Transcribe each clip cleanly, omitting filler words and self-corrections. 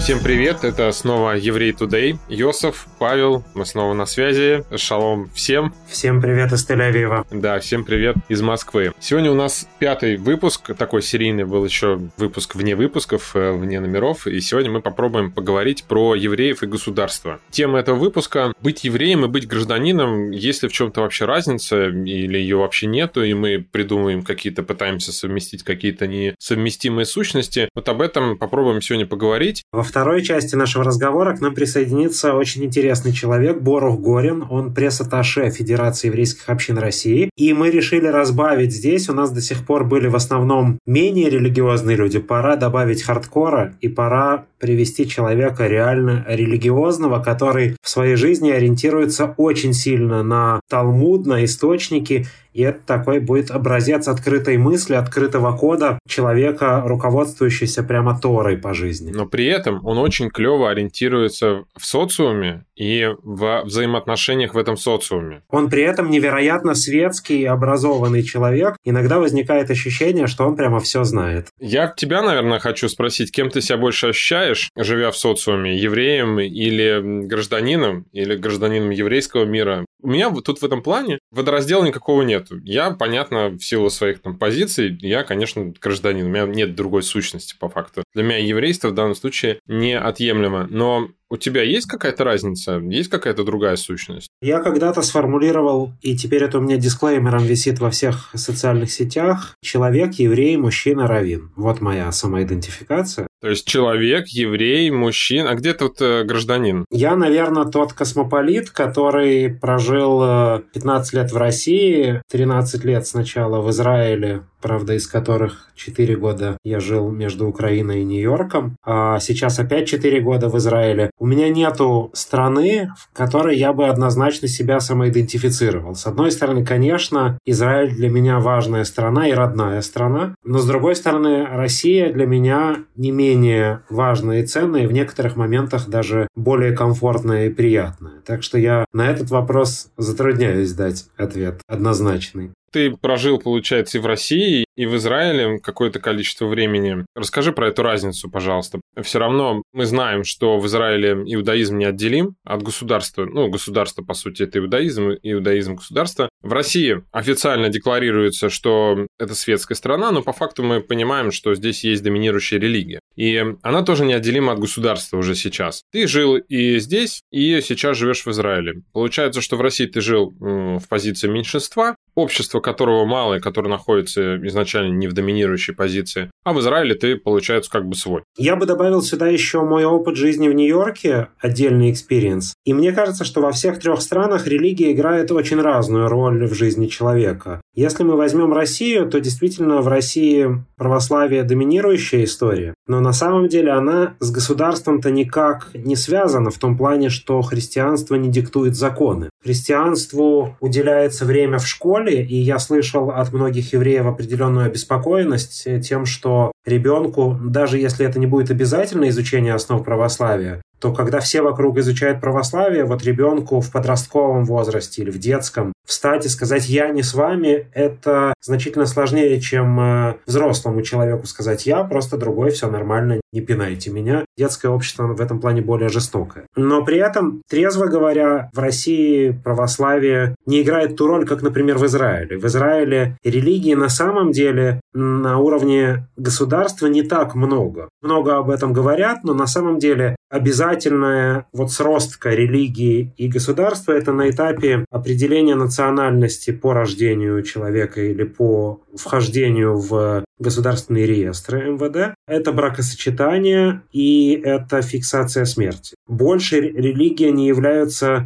Всем привет, это снова Еврей Today. Йосиф, Павел, мы снова на связи. Шалом всем. Всем привет из Тель-Авива. Да, всем привет из Москвы. Сегодня у нас 5-й выпуск, такой серийный был еще выпуск вне выпусков, вне номеров. И сегодня мы попробуем поговорить про евреев и государство. Тема этого выпуска — быть евреем и быть гражданином. Есть ли в чем-то вообще разница или ее вообще нету, и мы придумываем пытаемся совместить какие-то несовместимые сущности. Вот об этом попробуем сегодня поговорить. Во второй части нашего разговора к нам присоединится очень интересный человек, Борух Горин. Он пресс-атташе Федерации еврейских общин России. И мы решили разбавить здесь. У нас до сих пор были в основном менее религиозные люди. Пора добавить хардкора, и пора привести человека реально религиозного, который в своей жизни ориентируется очень сильно на Талмуд, на источники. И это такой будет образец открытой мысли, открытого кода человека, руководствующегося прямо Торой по жизни. Но при этом он очень клево ориентируется в социуме и в взаимоотношениях в этом социуме. Он при этом невероятно светский и образованный человек. Иногда возникает ощущение, что он прямо все знает. Я тебя, наверное, хочу спросить, кем ты себя больше ощущаешь, живя в социуме, евреем или гражданином еврейского мира? У меня тут в этом плане водораздела никакого нет. Я, понятно, в силу своих позиций, я, конечно, гражданин. У меня нет другой сущности, по факту. Для меня еврейство в данном случае неотъемлемо. Но у тебя есть какая-то разница? Есть какая-то другая сущность? Я когда-то сформулировал, и теперь это у меня дисклеймером висит во всех социальных сетях: человек, еврей, мужчина, раввин. Вот моя самоидентификация. То есть человек, еврей, мужчина. А где тут гражданин? Я, наверное, тот космополит, который прожил 15 лет в России, 13 лет сначала в Израиле, правда, из которых 4 года я жил между Украиной и Нью-Йорком, а сейчас опять 4 года в Израиле. У меня нету страны, в которой я бы однозначно себя самоидентифицировал. С одной стороны, конечно, Израиль для меня важная страна и родная страна, но с другой стороны, Россия для меня не менее важная и ценная, и в некоторых моментах даже более комфортная и приятная. Так что я на этот вопрос затрудняюсь дать ответ однозначный. Ты прожил, получается, и в России, и в Израиле какое-то количество времени. Расскажи про эту разницу, пожалуйста. Все равно мы знаем, что в Израиле иудаизм неотделим от государства. Ну, государство, по сути, это иудаизм государство. В России официально декларируется, что это светская страна, но по факту мы понимаем, что здесь есть доминирующая религия. И она тоже неотделима от государства уже сейчас. Ты жил и здесь, и сейчас живешь в Израиле. Получается, что в России ты жил в позиции меньшинства, общество которого малое, которое находится изначально не в доминирующей позиции, а в Израиле ты, получается, как бы свой. Я бы добавил сюда еще мой опыт жизни в Нью-Йорке, отдельный экспириенс. И мне кажется, что во всех 3 странах религия играет очень разную роль в жизни человека. Если мы возьмем Россию, то действительно в России православие доминирующая история, но на самом деле она с государством-то никак не связана в том плане, что христианство не диктует законы. Христианству уделяется время в школе, и я слышал от многих евреев определенную обеспокоенность тем, что ребенку, даже если это не будет обязательно изучение основ православия, то когда все вокруг изучают православие, вот ребенку в подростковом возрасте или в детском встать и сказать «я не с вами» — это значительно сложнее, чем взрослому человеку сказать «я просто другой, все нормально, не пинайте меня». Детское общество в этом плане более жестокое. Но при этом, трезво говоря, в России православие не играет ту роль, как, например, в Израиле. В Израиле религии на самом деле на уровне государства не так много. Много об этом говорят, но на самом деле обязательная сростка религии и государства — это на этапе определения национальности по рождению человека или по вхождению в государственные реестры МВД. Это бракосочетание и это фиксация смерти. Больше религия не является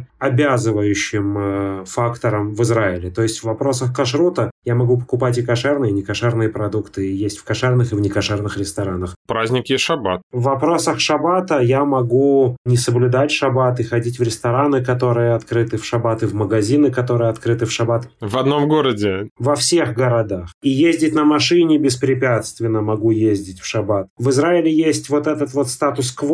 обязывающим фактором в Израиле. То есть в вопросах кашрута я могу покупать и кошерные, и некошерные продукты, и есть в кошерных и в некошерных ресторанах. Праздники и шаббат. В вопросах шаббата я могу не соблюдать шаббат и ходить в рестораны, которые открыты в шаббат, и в магазины, которые открыты в шаббат. В одном городе? Во всех городах. И ездить на машине беспрепятственно могу ездить в шаббат. В Израиле есть этот статус-кво,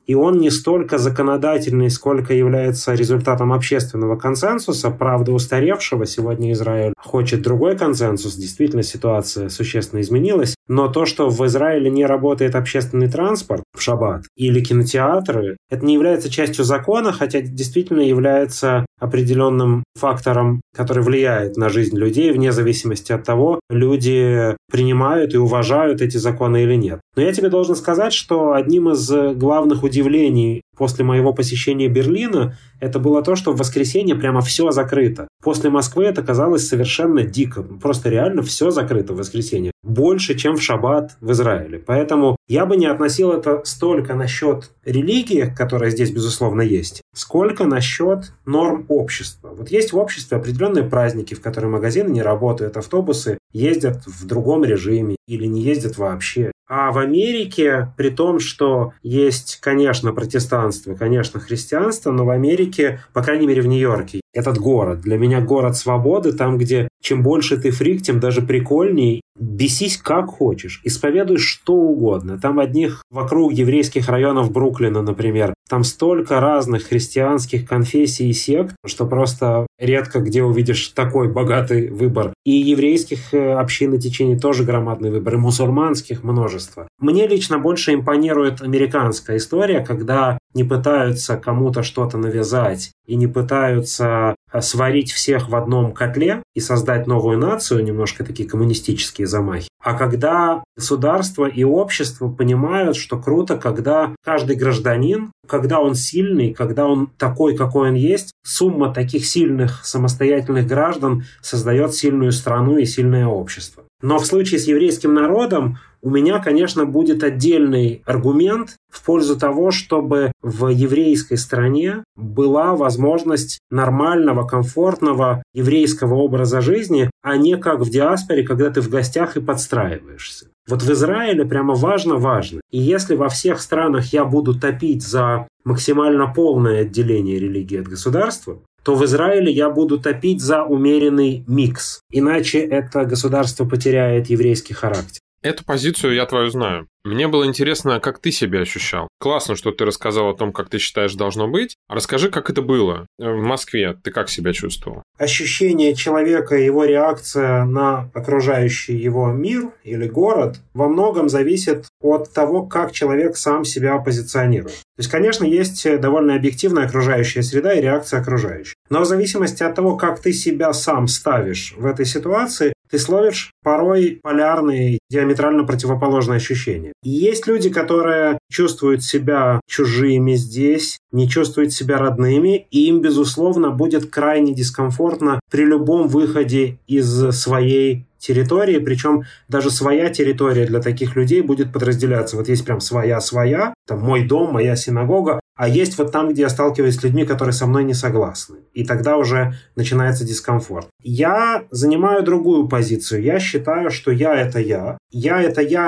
и он не столько законодательный, сколько является результатом общественного консенсуса, правда устаревшего. Сегодня Израиль хочет другой консенсус, действительно ситуация существенно изменилась, но то, что в Израиле не работает общественный транспорт в шаббат или кинотеатры, это не является частью закона, хотя действительно является определенным фактором, который влияет на жизнь людей, вне зависимости от того, люди принимают и уважают эти законы или нет. Но я тебе должен сказать, что одним из главных удивлений после моего посещения Берлина это было то, что в воскресенье прямо все закрыто. После Москвы это казалось совершенно дико. Просто реально все закрыто в воскресенье. Больше, чем в шаббат в Израиле. Поэтому я бы не относил это столько насчет религии, которая здесь, безусловно, есть, сколько насчет норм общества. Вот есть в обществе определенные праздники, в которые магазины не работают, автобусы ездят в другом режиме или не ездят вообще. А в Америке, при том, что есть, конечно, протестанство, конечно, христианство, но в Америке, по крайней мере в Нью-Йорке, этот город, для меня город свободы, там, где чем больше ты фрик, тем даже прикольней. Бесись как хочешь, исповедуй что угодно. Там одних вокруг еврейских районов Бруклина, например, там столько разных христианских конфессий и сект, что просто редко где увидишь такой богатый выбор. И еврейских общин и течений тоже громадный выбор, и мусульманских множество. Мне лично больше импонирует американская история, когда не пытаются кому-то что-то навязать и не пытаются сварить всех в одном котле и создать новую нацию, немножко такие коммунистические замахи. А когда государство и общество понимают, что круто, когда каждый гражданин, когда он сильный, когда он такой, какой он есть, сумма таких сильных самостоятельных граждан создает сильную страну и сильное общество. Но в случае с еврейским народом у меня, конечно, будет отдельный аргумент в пользу того, чтобы в еврейской стране была возможность нормального, комфортного еврейского образа жизни, а не как в диаспоре, когда ты в гостях и подстраиваешься. Вот в Израиле прямо важно. И если во всех странах я буду топить за максимально полное отделение религии от государства, то в Израиле я буду топить за умеренный микс. Иначе это государство потеряет еврейский характер. Эту позицию я твою знаю. Мне было интересно, как ты себя ощущал. Классно, что ты рассказал о том, как ты считаешь должно быть. Расскажи, как это было в Москве. Ты как себя чувствовал? Ощущение человека, его реакция на окружающий его мир или город во многом зависит от того, как человек сам себя позиционирует. То есть, конечно, есть довольно объективная окружающая среда и реакция окружающих. Но в зависимости от того, как ты себя сам ставишь в этой ситуации, ты словишь порой полярные, диаметрально противоположные ощущения. И есть люди, которые чувствуют себя чужими здесь, не чувствуют себя родными, и им, безусловно, будет крайне дискомфортно при любом выходе из своей территории, причем даже своя территория для таких людей будет подразделяться. Вот есть прям своя, там мой дом, моя синагога, а есть вот там, где я сталкиваюсь с людьми, которые со мной не согласны. И тогда уже начинается дискомфорт. Я занимаю другую позицию. Я считаю, что я это я. Я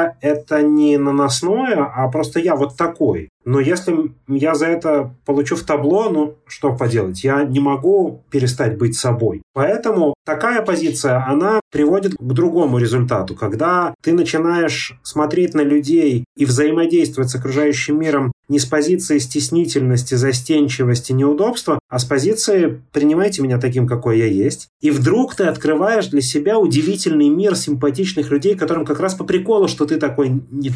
это не наносное, а просто я вот такой. Но если я за это получу в табло, ну что поделать, я не могу перестать быть собой. Поэтому такая позиция, она приводит к другому результату. Когда ты начинаешь смотреть на людей и взаимодействовать с окружающим миром не с позиции стеснительности, застенчивости, неудобства, а с позиции «принимайте меня таким, какой я есть». И вдруг ты открываешь для себя удивительный мир симпатичных людей, которым как раз по приколу, что ты такой,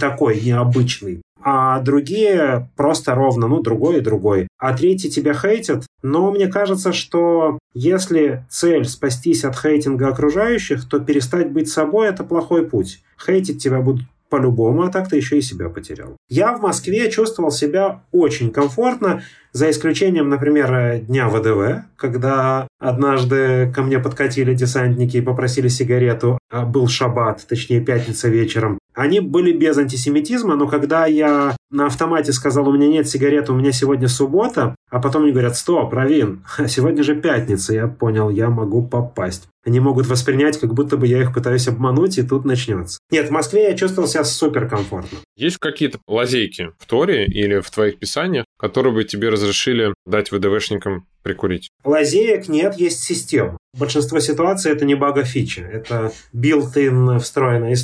необычный. А другие просто ровно, другой и другой. А третьи тебя хейтят. Но мне кажется, что если цель спастись от хейтинга окружающих, то перестать быть собой – это плохой путь. Хейтить тебя будут по-любому, а так ты еще и себя потерял. Я в Москве чувствовал себя очень комфортно, за исключением, например, дня ВДВ, когда однажды ко мне подкатили десантники и попросили сигарету, был шаббат, точнее пятница вечером. Они были без антисемитизма, но когда я на автомате сказал, у меня нет сигареты, у меня сегодня суббота, а потом мне говорят, стоп, Равин, сегодня же пятница, я понял, я могу попасть. Они могут воспринять, как будто бы я их пытаюсь обмануть, и тут начнется. Нет, в Москве я чувствовал себя суперкомфортно. Есть какие-то лазейки в Торе или в твоих писаниях, которые бы тебе разрешили дать ВДВшникам прикурить? Лазеек нет, есть система. Большинство ситуаций это не бага-фича, это built-in встроенная история.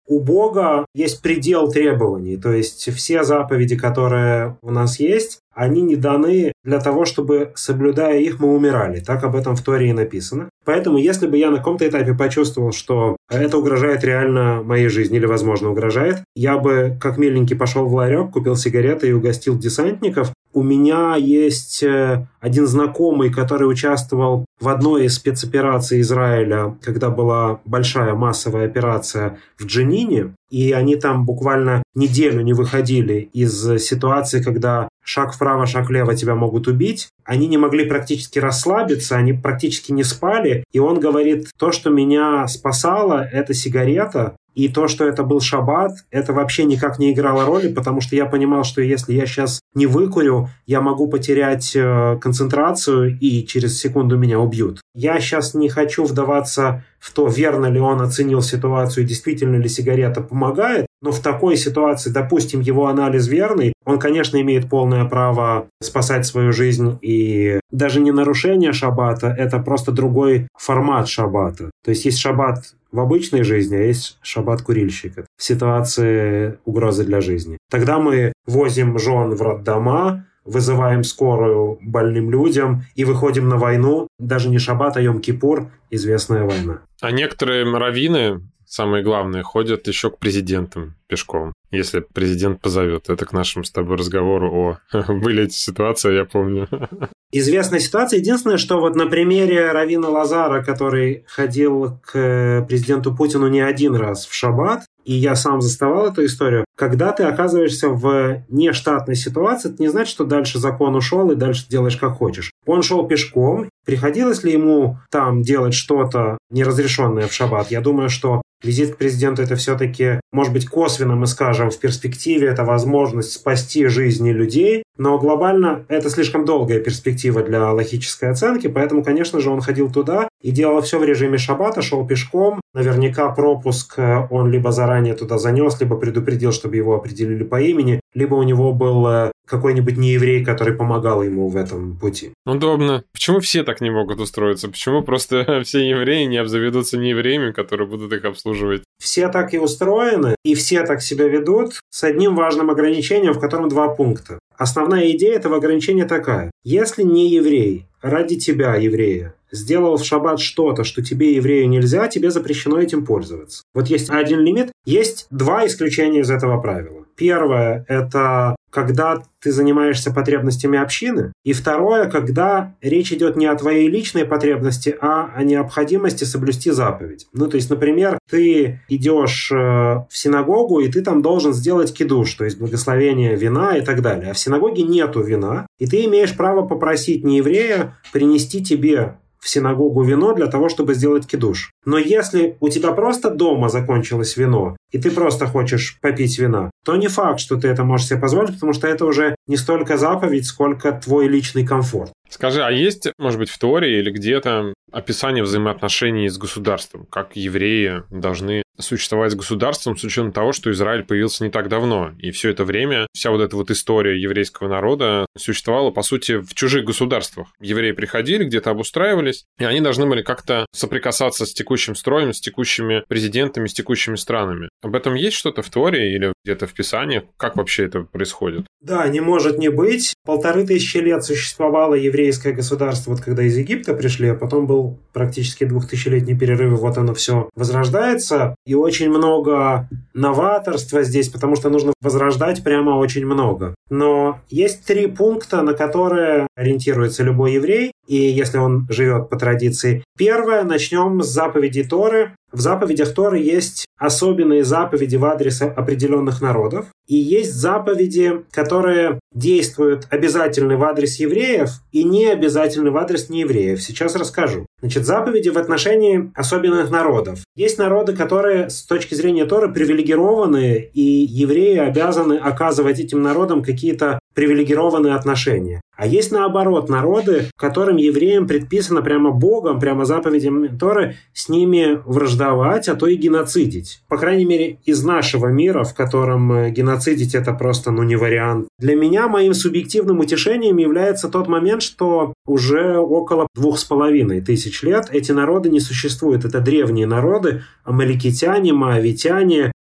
у Бога есть предел требований, то есть все заповеди, которые у нас есть, они не даны для того, чтобы, соблюдая их, мы умирали. Так об этом в Торе и написано. Поэтому, если бы я на каком-то этапе почувствовал, что это угрожает реально моей жизни или, возможно, угрожает, я бы, как миленький, пошел в ларек, купил сигареты и угостил десантников. У меня есть один знакомый, который участвовал в одной из спецопераций Израиля, когда была большая массовая операция в Дженине, и они там буквально неделю не выходили из ситуации, когда шаг вправо, шаг влево тебя могут убить. Они не могли практически расслабиться, они практически не спали. И он говорит, то, что меня спасало, это сигарета. И то, что это был шаббат, это вообще никак не играло роли, потому что я понимал, что если я сейчас не выкурю, я могу потерять концентрацию, и через секунду меня убьют. Я сейчас не хочу вдаваться в то, верно ли он оценил ситуацию, действительно ли сигарета помогает, но в такой ситуации, допустим, его анализ верный, он, конечно, имеет полное право спасать свою жизнь, и даже не нарушение шаббата, это просто другой формат шаббата. То есть шаббат в обычной жизни, а есть шаббат курильщика в ситуации угрозы для жизни. Тогда мы возим жен в роддома, вызываем скорую больным людям и выходим на войну. Даже не шаббат, а Йом-Кипур, известная война. А некоторые раввины, самые главные, ходят еще к президентам пешком, если президент позовет. Это к нашему с тобой разговору были эти ситуации, я помню. Известная ситуация. Единственное, что вот на примере раввина Лазара, который ходил к президенту Путину не один раз в шаббат, и я сам заставал эту историю, когда ты оказываешься в нештатной ситуации, это не значит, что дальше закон ушел и дальше делаешь как хочешь. Он шел пешком. Приходилось ли ему там делать что-то неразрешенное в шаббат? Я думаю, что визит к президенту – это все-таки, может быть, косвенно, мы скажем, в перспективе это возможность спасти жизни людей, но глобально это слишком долгая перспектива для логической оценки, поэтому, конечно же, он ходил туда и делал все в режиме шаббата, шел пешком. Наверняка пропуск он либо заранее туда занес, либо предупредил, чтобы его определили по имени, либо у него был какой-нибудь нееврей, который помогал ему в этом пути. Удобно. Почему все так не могут устроиться? Почему просто все евреи не обзаведутся неевреями, которые будут их обслуживать? Все так и устроены, и все так себя ведут с одним важным ограничением, в котором 2 пункта. Основная идея этого ограничения такая. Если не еврей ради тебя, еврея, сделал в шаббат что-то, что тебе, еврею, нельзя, тебе запрещено этим пользоваться. Вот есть один лимит, есть 2 исключения из этого правила. Первое – это когда ты занимаешься потребностями общины. И второе, когда речь идет не о твоей личной потребности, а о необходимости соблюсти заповедь. Ну, то есть, например, ты идешь в синагогу, и ты там должен сделать кидуш, то есть благословение вина и так далее. А в синагоге нету вина, и ты имеешь право попросить нееврея принести тебе в синагогу вино для того, чтобы сделать кидуш. Но если у тебя просто дома закончилось вино, и ты просто хочешь попить вина, то не факт, что ты это можешь себе позволить, потому что это уже не столько заповедь, сколько твой личный комфорт. Скажи, а есть, может быть, в Торе или где-то описание взаимоотношений с государством? Как евреи должны существовать с государством с учетом того, что Израиль появился не так давно. И все это время, вся вот эта вот история еврейского народа существовала, по сути, в чужих государствах. Евреи приходили, где-то обустраивались, и они должны были как-то соприкасаться с текущим строем, с текущими президентами, с текущими странами. Об этом есть что-то в Торе или где-то в Писании? Как вообще это происходит? Да, не может не быть. 1500 лет существовало еврейское государство, вот когда из Египта пришли, а потом был практически 2000-летний перерыв, и вот оно все возрождается. И очень много новаторства здесь, потому что нужно возрождать прямо очень много. Но есть 3 пункта, на которые ориентируется любой еврей, и если он живет по традиции. Первое, начнем с заповедей Торы. В заповедях Торы есть особенные заповеди в адрес определенных народов, и есть заповеди, которые действуют обязательны в адрес евреев и не обязательны в адрес неевреев. Сейчас расскажу. Значит, заповеди в отношении особенных народов. Есть народы, которые с точки зрения Торы привилегированы, и евреи обязаны оказывать этим народам какие-то привилегированные отношения. А есть, наоборот, народы, которым евреям предписано прямо Богом, прямо заповедями Торы, с ними враждовать, а то и геноцидить. По крайней мере, из нашего мира, в котором геноцидить это просто не вариант. Для меня моим субъективным утешением является тот момент, что уже около 2500 лет эти народы не существуют. Это древние народы, амаликитяне, моавитяне,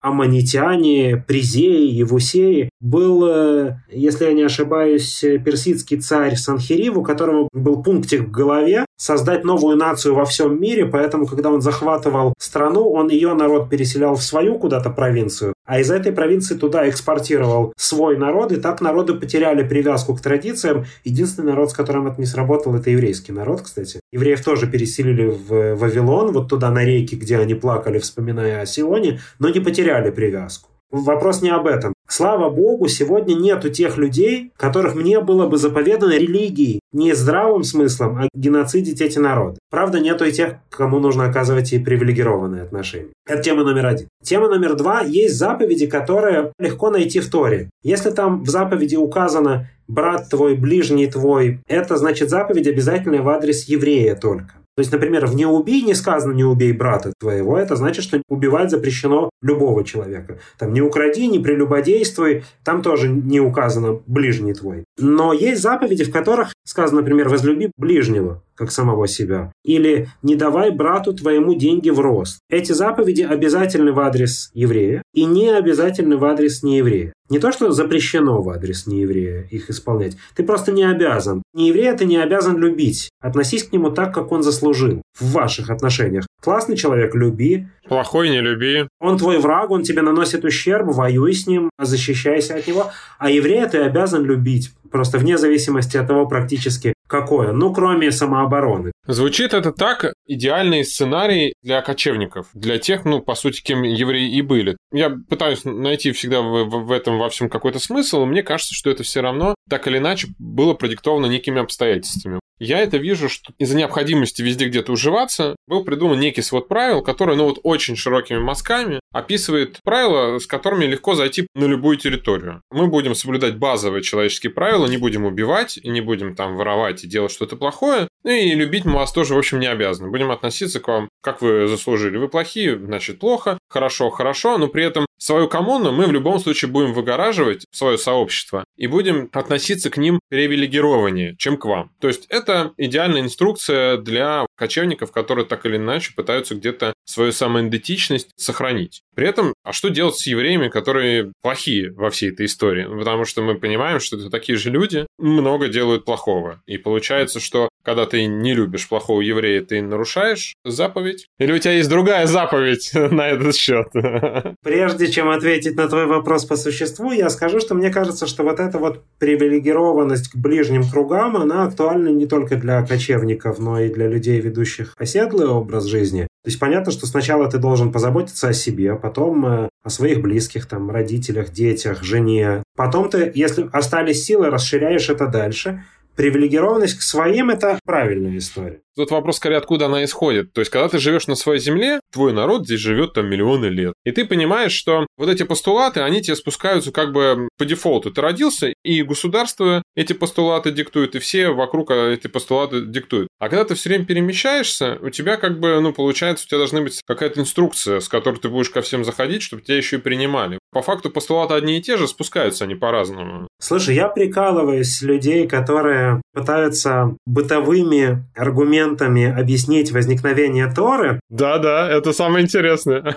аммонитяне, Призеи, Евусеи. Был, если я не ошибаюсь, персидский царь Санхериб, у которого был пунктик в голове создать новую нацию во всем мире, поэтому, когда он захватывал страну, он ее народ переселял в свою куда-то провинцию, а из этой провинции туда экспортировал свой народ, и так народы потеряли привязку к традициям. Единственный народ, с которым это не сработало, это еврейский народ, кстати. Евреев тоже переселили в Вавилон, вот туда на рейки, где они плакали, вспоминая о Сионе, но не потеряли привязку. Вопрос не об этом. Слава Богу, сегодня нету тех людей, которых мне было бы заповедано религией, не здравым смыслом, а геноцидить эти народы. Правда, нету и тех, кому нужно оказывать и привилегированные отношения. Это тема номер 1. Тема номер 2. Есть заповеди, которые легко найти в Торе. Если там в заповеди указано «брат твой, ближний твой», это значит заповедь обязательная в адрес еврея только. То есть, например, в «не убий» не сказано «не убей брата твоего», это значит, что убивать запрещено любого человека. Там «не укради», «не прелюбодействуй», там тоже не указано «ближний твой». Но есть заповеди, в которых сказано, например, «возлюби ближнего, как самого себя», или «не давай брату твоему деньги в рост». Эти заповеди обязательны в адрес еврея и не обязательны в адрес нееврея. Не то, что запрещено в адрес нееврея их исполнять. Ты просто не обязан. Нееврея ты не обязан любить. Относись к нему так, как он заслужил в ваших отношениях. Классный человек — люби. Плохой — не люби. Он твой враг, он тебе наносит ущерб, воюй с ним, защищайся от него. А еврея ты обязан любить. Просто вне зависимости от того практически какое. Ну, кроме самообороны. Звучит это так, идеальный сценарий для кочевников. Для тех, по сути, кем евреи и были. Я пытаюсь найти всегда в этом во всем какой-то смысл, но мне кажется, что это все равно так или иначе было продиктовано некими обстоятельствами. Я это вижу, что из-за необходимости везде где-то уживаться был придуман некий свод правил, который, очень широкими мазками описывает правила, с которыми легко зайти на любую территорию. Мы будем соблюдать базовые человеческие правила, не будем убивать, и не будем там воровать и делать что-то плохое, и любить мы вас тоже, в общем, не обязаны. Будем относиться к вам, как вы заслужили. Вы плохие, значит, плохо, хорошо, но при этом свою коммуну мы в любом случае будем выгораживать, свое сообщество, и будем относиться к ним привилегированнее, чем к вам. То есть это идеальная инструкция для кочевников, которые так или иначе пытаются где-то свою самоидентичность сохранить. При этом, а что делать с евреями, которые плохие во всей этой истории? Потому что мы понимаем, что это такие же люди, много делают плохого. И получается, что когда ты не любишь плохого еврея, ты нарушаешь заповедь? Или у тебя есть другая заповедь на этот счет? Прежде чем ответить на твой вопрос по существу, я скажу, что мне кажется, что вот эта вот привилегированность к ближним кругам, она актуальна не только для кочевников, но и для людей, ведущих оседлый образ жизни. То есть понятно, что сначала ты должен позаботиться о себе, потом о своих близких, родителях, детях, жене. Потом ты, если остались силы, расширяешь это дальше. Привилегированность к своим – это правильная история. Тут вопрос, скорее, откуда она исходит. То есть, когда ты живешь на своей земле, твой народ здесь живет миллионы лет. И ты понимаешь, что вот эти постулаты, они тебе спускаются как бы по дефолту. Ты родился, и государство эти постулаты диктует, и все вокруг эти постулаты диктуют. А когда ты все время перемещаешься, у тебя получается, у тебя должна быть какая-то инструкция, с которой ты будешь ко всем заходить, чтобы тебя еще и принимали. По факту постулаты одни и те же, спускаются они по-разному. Слушай, я прикалываюсь с людей, которые пытаются бытовыми аргументами объяснить возникновение Торы. Да, это самое интересное.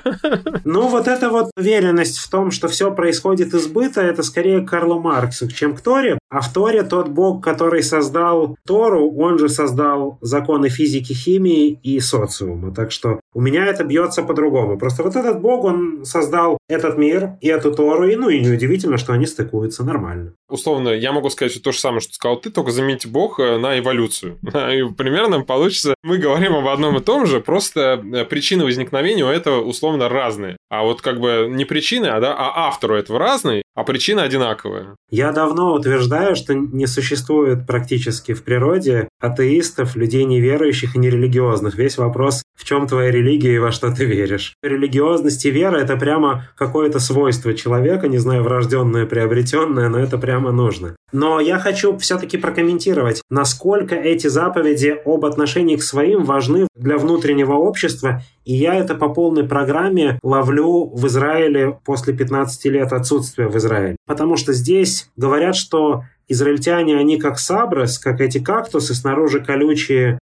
Вот эта вот уверенность в том, что все происходит из быта, это скорее к Карлу Марксу, чем к Торе. А в Торе тот Бог, который создал Тору, он же создал законы физики, химии и социума. Так что у меня это бьется по-другому. Просто вот этот Бог, он создал этот мир и эту Тору, и неудивительно, что они стыкуются нормально. Условно, я могу сказать то же самое, что сказал ты, только замените Бог на эволюцию. И примерно получится, мы говорим об одном и том же, просто причины возникновения у этого условно разные. А вот не причины, а автору этого разные, а причины одинаковые. Я давно утверждаю, что не существует практически в природе атеистов, людей неверующих и нерелигиозных. Весь вопрос, в чем твоя религия и во что ты веришь. Религиозность и вера – это прямо какое-то свойство человека, не знаю, врожденное, приобретенное, но это прямо нужно. Но я хочу все-таки прокомментировать, насколько эти заповеди об отношении к своим важны для внутреннего общества, и я это по полной программе ловлю в Израиле после 15 лет отсутствия в Израиле. Потому что здесь говорят, что израильтяне, они как саброс, как эти кактусы, снаружи колючие,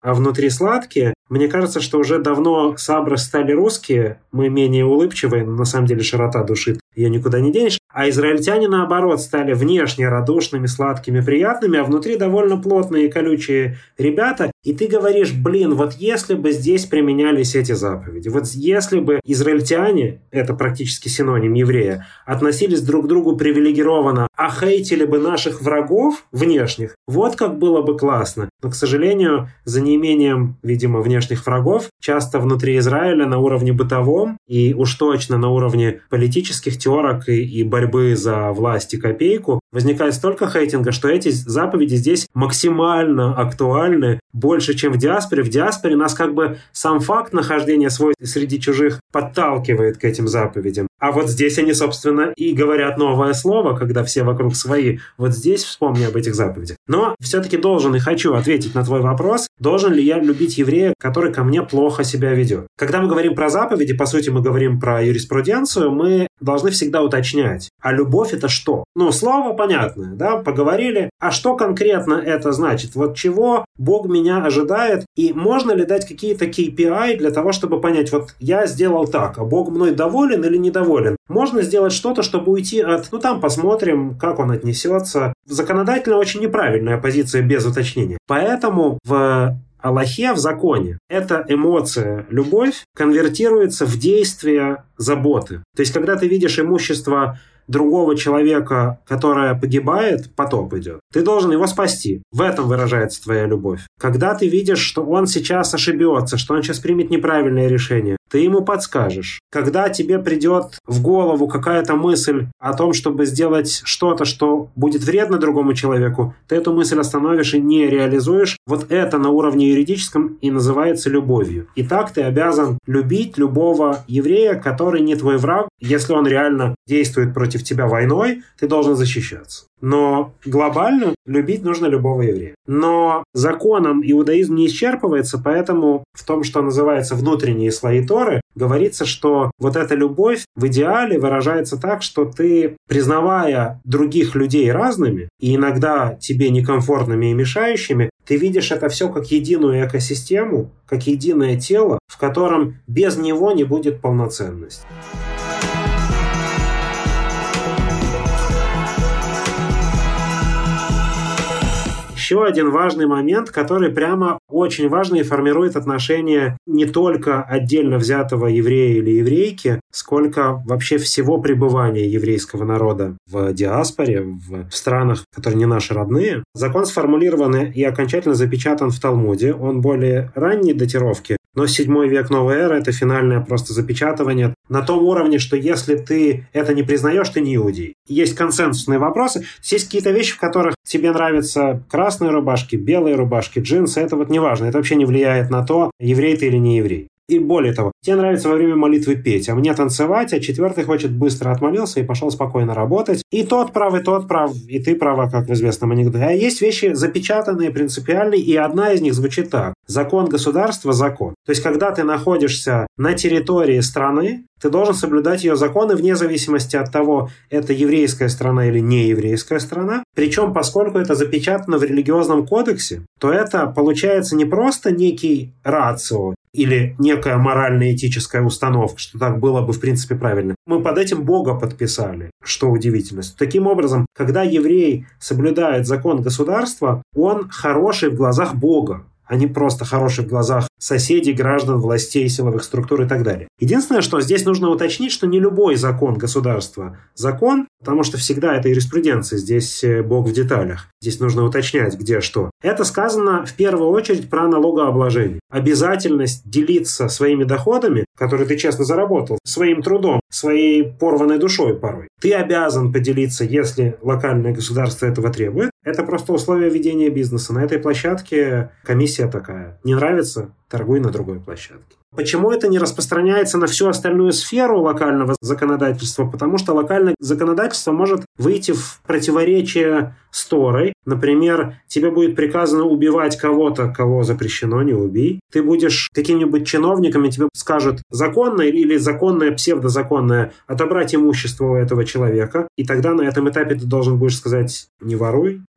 а внутри сладкие. Мне кажется, что уже давно сабры стали русские, мы менее улыбчивые, но на самом деле широта души, ее никуда не денешь. А израильтяне, наоборот, стали внешне радушными, сладкими, приятными, а внутри довольно плотные и колючие ребята. И ты говоришь, вот если бы здесь применялись эти заповеди, вот если бы израильтяне, это практически синоним еврея, относились друг к другу привилегированно, а хейтили бы наших врагов внешних, вот как было бы классно. Но, к сожалению, за неимением, видимо, внешних врагов, часто внутри Израиля на уровне бытовом и уж точно на уровне политических терок и борьбы за власть и копейку возникает столько хейтинга, что эти заповеди здесь максимально актуальны, больше, чем в диаспоре. В диаспоре нас как бы сам факт нахождения свой среди чужих подталкивает к этим заповедям. А вот здесь они, собственно, и говорят новое слово, когда все вокруг свои. Вот здесь вспомни об этих заповедях. Но все-таки должен и хочу ответить на твой вопрос, должен ли я любить еврея, который ко мне плохо себя ведет. Когда мы говорим про заповеди, по сути, мы говорим про юриспруденцию, мы должны всегда уточнять, а любовь это что? Слово понятное, да, поговорили, а что конкретно это значит? Вот чего Бог меня ожидает, и можно ли дать какие-то KPI для того, чтобы понять, вот я сделал так, а Бог мной доволен или недоволен? Можно сделать что-то, чтобы уйти от, там посмотрим, как он отнесется. Законодательно очень неправильная позиция без уточнения. Поэтому в Аллахе, в законе, эта эмоция, любовь, конвертируется в действие заботы. То есть, когда ты видишь имущество другого человека, которое погибает, потоп идет, ты должен его спасти. В этом выражается твоя любовь. Когда ты видишь, что он сейчас ошибется, что он сейчас примет неправильное решение, ты ему подскажешь. Когда тебе придет в голову какая-то мысль о том, чтобы сделать что-то, что будет вредно другому человеку, ты эту мысль остановишь и не реализуешь. Вот это на уровне юридическом и называется любовью. И так ты обязан любить любого еврея, который не твой враг. Если он реально действует против тебя войной, ты должен защищаться. Но глобально любить нужно любого еврея. Но законом иудаизм не исчерпывается, поэтому в том, что называется внутренние слои Торы, говорится, что вот эта любовь в идеале выражается так, что ты, признавая других людей разными и иногда тебе некомфортными и мешающими, ты видишь это все как единую экосистему, как единое тело, в котором без него не будет полноценности. Еще один важный момент, который прямо очень важный и формирует отношения не только отдельно взятого еврея или еврейки, сколько вообще всего пребывания еврейского народа в диаспоре, в странах, которые не наши родные. Закон сформулирован и окончательно запечатан в Талмуде. Он более ранней датировки, но 7 век новой эры — это финальное просто запечатывание на том уровне, что если ты это не признаешь, ты не иудей. Есть консенсусные вопросы. Есть какие-то вещи, в которых тебе нравятся красные рубашки, белые рубашки, джинсы. Это вот не важно. Это вообще не влияет на то, еврей ты или не еврей. И более того, тебе нравится во время молитвы петь, а мне танцевать, а четвертый хочет быстро отмолился и пошел спокойно работать. И тот прав, и ты права, как в известном анекдоте. А есть вещи запечатанные, принципиальные, и одна из них звучит так. Закон государства – закон. То есть, когда ты находишься на территории страны, ты должен соблюдать ее законы вне зависимости от того, это еврейская страна или не еврейская страна. Причем, поскольку это запечатано в религиозном кодексе, то это получается не просто некий рацио, или некая морально-этическая установка, что так было бы в принципе правильно. Мы под этим Бога подписали, что удивительно. Таким образом, когда еврей соблюдает закон государства, он хороший в глазах Бога, а не просто хороший в глазах соседей, граждан, властей, силовых структур и так далее. Единственное, что здесь нужно уточнить, что не любой закон государства закон, потому что всегда это юриспруденция, здесь Бог в деталях. Здесь нужно уточнять, где что. Это сказано в первую очередь про налогообложение. Обязательность делиться своими доходами, которые ты честно заработал, своим трудом, своей порванной душой порой. Ты обязан поделиться, если локальное государство этого требует. Это просто условия ведения бизнеса. На этой площадке комиссия такая. Не нравится? Торгуй на другой площадке. Почему это не распространяется на всю остальную сферу локального законодательства? Потому что локальное законодательство может выйти в противоречие с Торой. Например, тебе будет приказано убивать кого-то, кого запрещено, не убей. Ты будешь каким-нибудь чиновником, и тебе скажут законно или законное, псевдозаконное отобрать имущество у этого человека. И тогда на этом этапе ты должен будешь сказать: не воруй,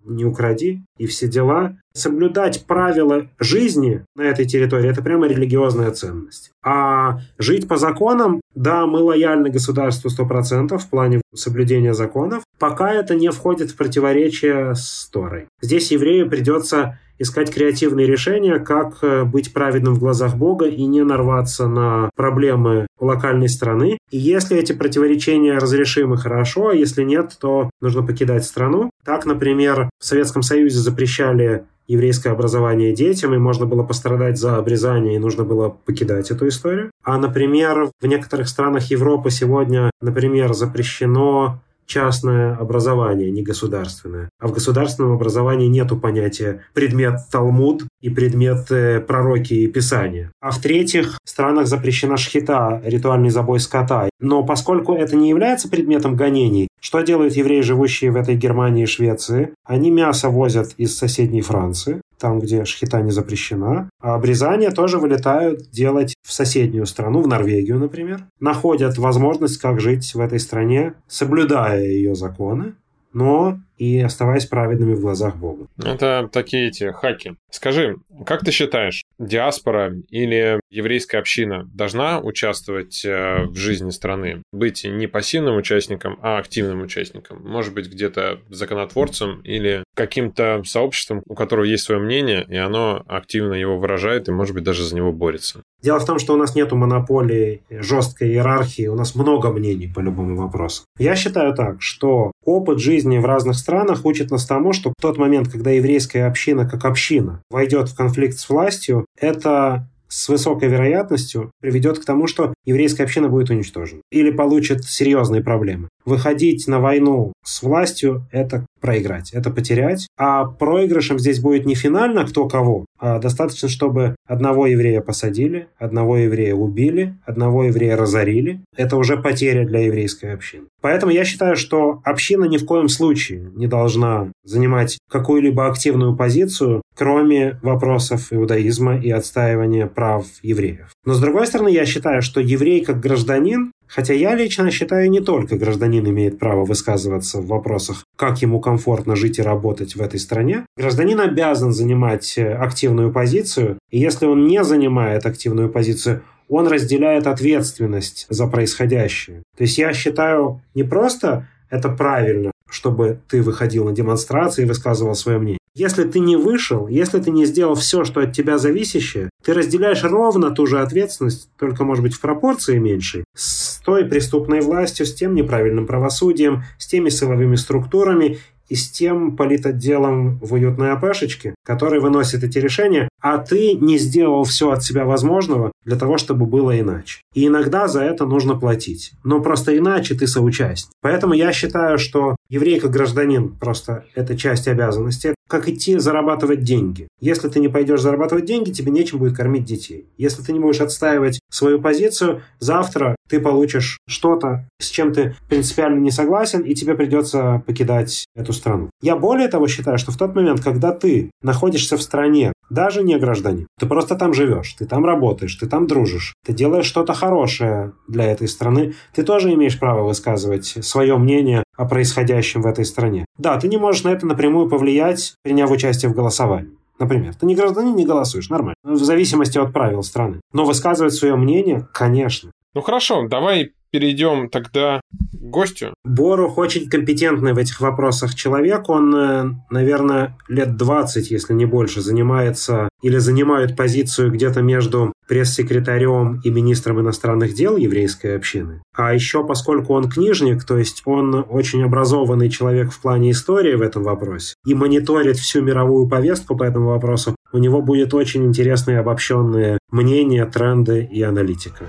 не укради и все дела. Соблюдать правила жизни на этой территории – это прямо религиозная ценность. А жить по законам, да, мы лояльны государству 100% в плане соблюдения законов, пока это не входит в противоречие с Торой. Здесь еврею придется искать креативные решения, как быть праведным в глазах Бога и не нарваться на проблемы локальной страны. И если эти противоречения разрешимы, хорошо, а если нет, то нужно покидать страну. Так, например, в Советском Союзе запрещали еврейское образование детям, и можно было пострадать за обрезание, и нужно было покидать эту историю. А, например, в некоторых странах Европы сегодня, например, запрещено частное образование, не государственное. А в государственном образовании нету понятия предмет Талмуд и предмет пророки и Писания. А в-третьих, в странах запрещена шхита, ритуальный забой скота. Но поскольку это не является предметом гонений, что делают евреи, живущие в этой Германии и Швеции? Они мясо возят из соседней Франции, там, где шхита не запрещена, а обрезание тоже вылетают делать в соседнюю страну, в Норвегию, например. Находят возможность, как жить в этой стране, соблюдая ее законы, но и оставаясь праведными в глазах Бога. Это такие эти хаки. Скажи, как ты считаешь, диаспора или еврейская община должна участвовать в жизни страны? Быть не пассивным участником, а активным участником? Может быть, где-то законотворцем или каким-то сообществом, у которого есть свое мнение, и оно активно его выражает и, может быть, даже за него борется? Дело в том, что у нас нет монополии, жесткой иерархии, у нас много мнений по любому вопросу. Я считаю так, что опыт жизни в разных странах учит нас тому, что в тот момент, когда еврейская община как община войдет в конфликт с властью, это с высокой вероятностью приведет к тому, что еврейская община будет уничтожена или получит серьезные проблемы. Выходить на войну с властью – это проиграть, это потерять. А проигрышем здесь будет не финально кто кого, а достаточно, чтобы одного еврея посадили, одного еврея убили, одного еврея разорили. Это уже потеря для еврейской общины. Поэтому я считаю, что община ни в коем случае не должна занимать какую-либо активную позицию, кроме вопросов иудаизма и отстаивания прав евреев. Но с другой стороны, я считаю, что еврей как гражданин, хотя я лично считаю, не только гражданин имеет право высказываться в вопросах, как ему комфортно жить и работать в этой стране, гражданин обязан занимать активную позицию, и если он не занимает активную позицию, он разделяет ответственность за происходящее. То есть я считаю, не просто это правильно, чтобы ты выходил на демонстрации и высказывал свое мнение. Если ты не вышел, если ты не сделал все, что от тебя зависящее, ты разделяешь ровно ту же ответственность, только, может быть, в пропорции меньшей, с той преступной властью, с тем неправильным правосудием, с теми силовыми структурами и с тем политотделом в уютной АПшечке, который выносит эти решения, а ты не сделал все от себя возможного для того, чтобы было иначе. И иногда за это нужно платить. Но просто иначе ты соучастник. Поэтому я считаю, что еврей как гражданин просто это часть обязанности, как идти зарабатывать деньги. Если ты не пойдешь зарабатывать деньги, тебе нечем будет кормить детей. Если ты не будешь отстаивать свою позицию, завтра ты получишь что-то, с чем ты принципиально не согласен, и тебе придется покидать эту страну. Я более того считаю, что в тот момент, когда ты находишься в стране, даже не гражданин, ты просто там живешь, ты там работаешь, ты там дружишь, ты делаешь что-то хорошее для этой страны, ты тоже имеешь право высказывать свое мнение о происходящем в этой стране. Да, ты не можешь на это напрямую повлиять, приняв участие в голосовании. Например, ты не гражданин, не голосуешь, нормально. В зависимости от правил страны. Но высказывать свое мнение, конечно. Ну хорошо, давай перейдем тогда к гостю. Борух очень компетентный в этих вопросах человек. Он, наверное, лет 20, если не больше, занимается или занимает позицию где-то между пресс-секретарем и министром иностранных дел еврейской общины. А еще, поскольку он книжник, то есть он очень образованный человек в плане истории в этом вопросе и мониторит всю мировую повестку по этому вопросу, у него будет очень интересные обобщенные мнения, тренды и аналитика.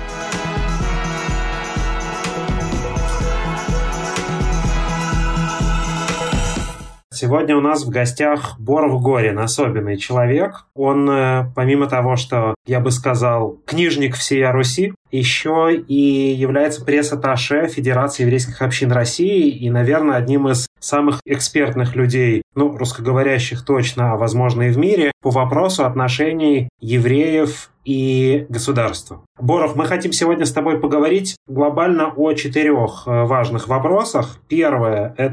Сегодня у нас в гостях Борух Горин, особенный человек. Он, помимо того, что, я бы сказал, книжник всей Руси, еще и является пресс-атташе Федерации еврейских общин России и, наверное, одним из самых экспертных людей, русскоговорящих точно, а возможно и в мире, по вопросу отношений евреев и государства. Борух, мы хотим сегодня с тобой поговорить глобально о 4 важных вопросах. Первое – это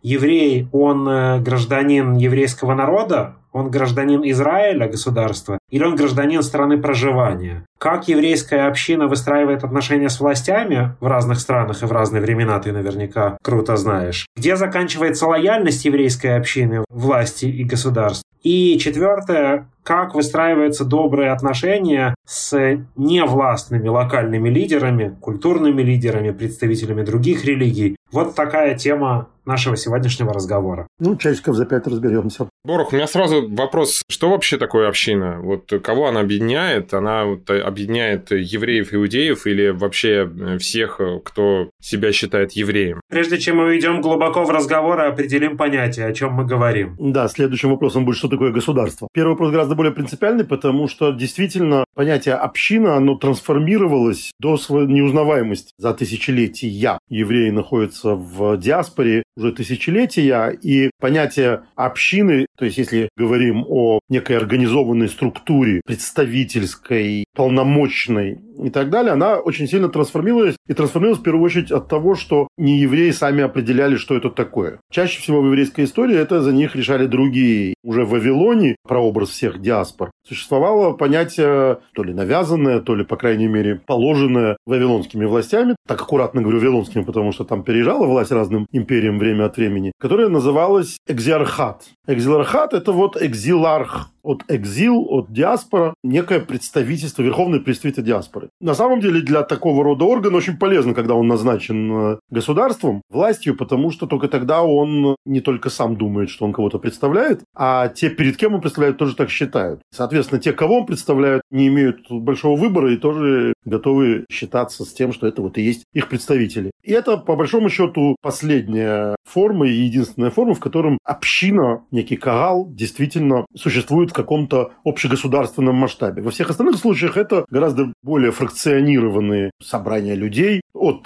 еврей, он гражданин еврейского народа, он гражданин Израиля, государства, или он гражданин страны проживания? Как еврейская община выстраивает отношения с властями в разных странах и в разные времена, ты наверняка круто знаешь. Где заканчивается лояльность еврейской общины, власти и государств? И четвертое, как выстраиваются добрые отношения с невластными локальными лидерами, культурными лидерами, представителями других религий. Вот такая тема нашего сегодняшнего разговора. Часиков за 5 разберемся. Борух, у меня сразу вопрос, что вообще такое община? Вот кого она объединяет? Она объединяет евреев, иудеев или вообще всех, кто себя считает евреем? Прежде чем мы уйдем глубоко в разговор, определим понятие, о чем мы говорим. Да, следующим вопросом будет, что такое государство. Первый вопрос гораздо более принципиальный, потому что действительно понятие община, оно трансформировалось до своей неузнаваемости за тысячелетия. Евреи находятся в диаспоре уже тысячелетия, и понятие общины, то есть если говорим о некой организованной структуре, представительской, полномочной и так далее, она очень сильно трансформировалась. И трансформировалась в первую очередь от того, что не евреи сами определяли, что это такое. Чаще всего в еврейской истории это за них решали другие. Уже в Вавилоне, прообраз всех диаспор, существовало понятие, то ли навязанное, то ли, по крайней мере, положенное вавилонскими властями. Так аккуратно говорю вавилонскими, потому что там переезжала власть разным империям время от времени, которое называлось экзиархат. Экзиархат – это вот экзиларх. От экзил, от диаспора, некое представительство, верховное представительство диаспоры. На самом деле для такого рода органа очень полезно, когда он назначен государством, властью, потому что только тогда он не только сам думает, что он кого-то представляет, а те, перед кем он представляет, тоже так считают. Соответственно, те, кого он представляет, не имеют большого выбора и тоже готовы считаться с тем, что это вот и есть их представители. И это, по большому счету, последняя форма и единственная форма, в котором община, некий кагал, действительно существует в каком-то общегосударственном масштабе. Во всех остальных случаях это гораздо более фракционированные собрания людей от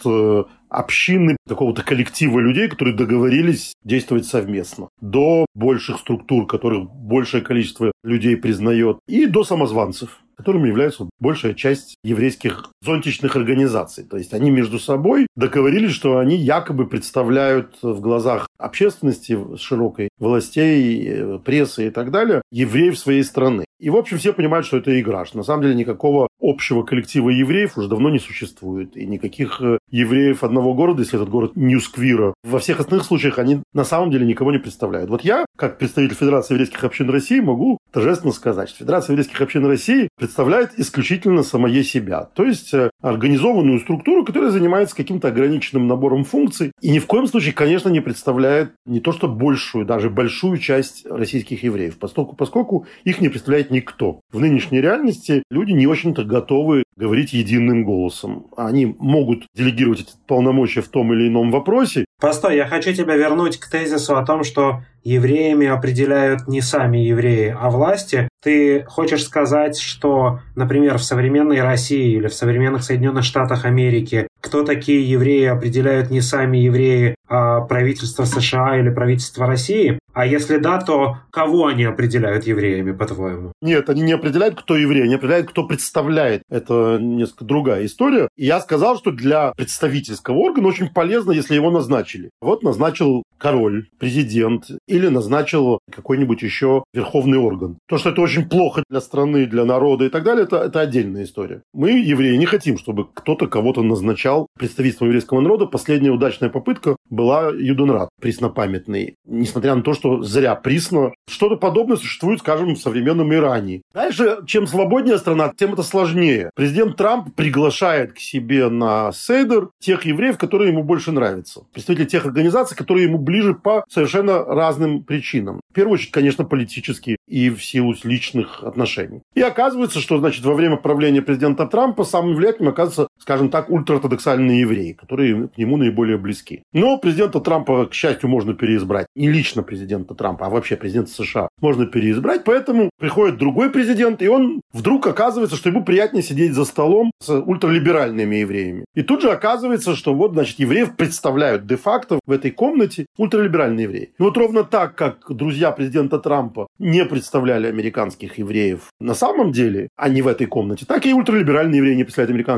общины, какого-то коллектива людей, которые договорились действовать совместно, до больших структур, которых большее количество людей признает, и до самозванцев, которыми является большая часть еврейских зонтичных организаций. То есть они между собой договорились, что они якобы представляют в глазах общественности широкой, властей, прессы и так далее, евреев своей страны. И, в общем, все понимают, что это игра. Что на самом деле никакого общего коллектива евреев уже давно не существует. И никаких евреев одного города, если этот город Ньюсквира, во всех остальных случаях они на самом деле никого не представляют. Вот я, как представитель Федерации еврейских общин России, могу торжественно сказать, что Федерация еврейских общин России представляет исключительно самое себя. То есть организованную структуру, которая занимается каким-то ограниченным набором функций. И ни в коем случае, конечно, не представляет не то что большую, даже большую часть российских евреев, поскольку их не представляет никто. В нынешней реальности люди не очень-то готовы говорить единым голосом. Они могут делегировать эти полномочия в том или ином вопросе. Постой, я хочу тебя вернуть к тезису о том, что евреями определяют не сами евреи, а власти. Ты хочешь сказать, что, например, в современной России или в современных Соединенных Штатах Америки кто такие евреи определяют не сами евреи, а правительство США или правительство России? А если да, то кого они определяют евреями, по-твоему? Нет, они не определяют, кто еврей, они определяют, кто представляет. Это несколько другая история. И я сказал, что для представительского органа очень полезно, если его назначили. Вот назначил король, президент или назначил какой-нибудь еще верховный орган. То, что это очень плохо для страны, для народа и так далее, это отдельная история. Мы, евреи, не хотим, чтобы кто-то кого-то назначал представительством еврейского народа. Последняя удачная попытка была Юденрат, преснопамятный. Несмотря на то, что зря присно. Что-то подобное существует, скажем, в современном Иране. Дальше, чем свободнее страна, тем это сложнее. Президент Трамп приглашает к себе на сейдер тех евреев, которые ему больше нравятся. Представители тех организаций, которые ему ближе по совершенно разным причинам. В первую очередь, конечно, политически и в силу личных отношений. И оказывается, что, значит, во время правления президента Трампа самым влиятельным оказывается, скажем так, ультраортодоксальные евреи, которые к нему наиболее близки. Но президента Трампа, к счастью, можно переизбрать. Не лично президента Трампа, а вообще президента США можно переизбрать. Поэтому приходит другой президент, и он вдруг оказывается, что ему приятнее сидеть за столом с ультралиберальными евреями. И тут же оказывается, что вот, значит, евреев представляют де-факто в этой комнате ультралиберальные евреи. И вот ровно так, как друзья президента Трампа не представляли американских евреев на самом деле, а не в этой комнате, так и ультралиберальные евреи не представляют американских евреев.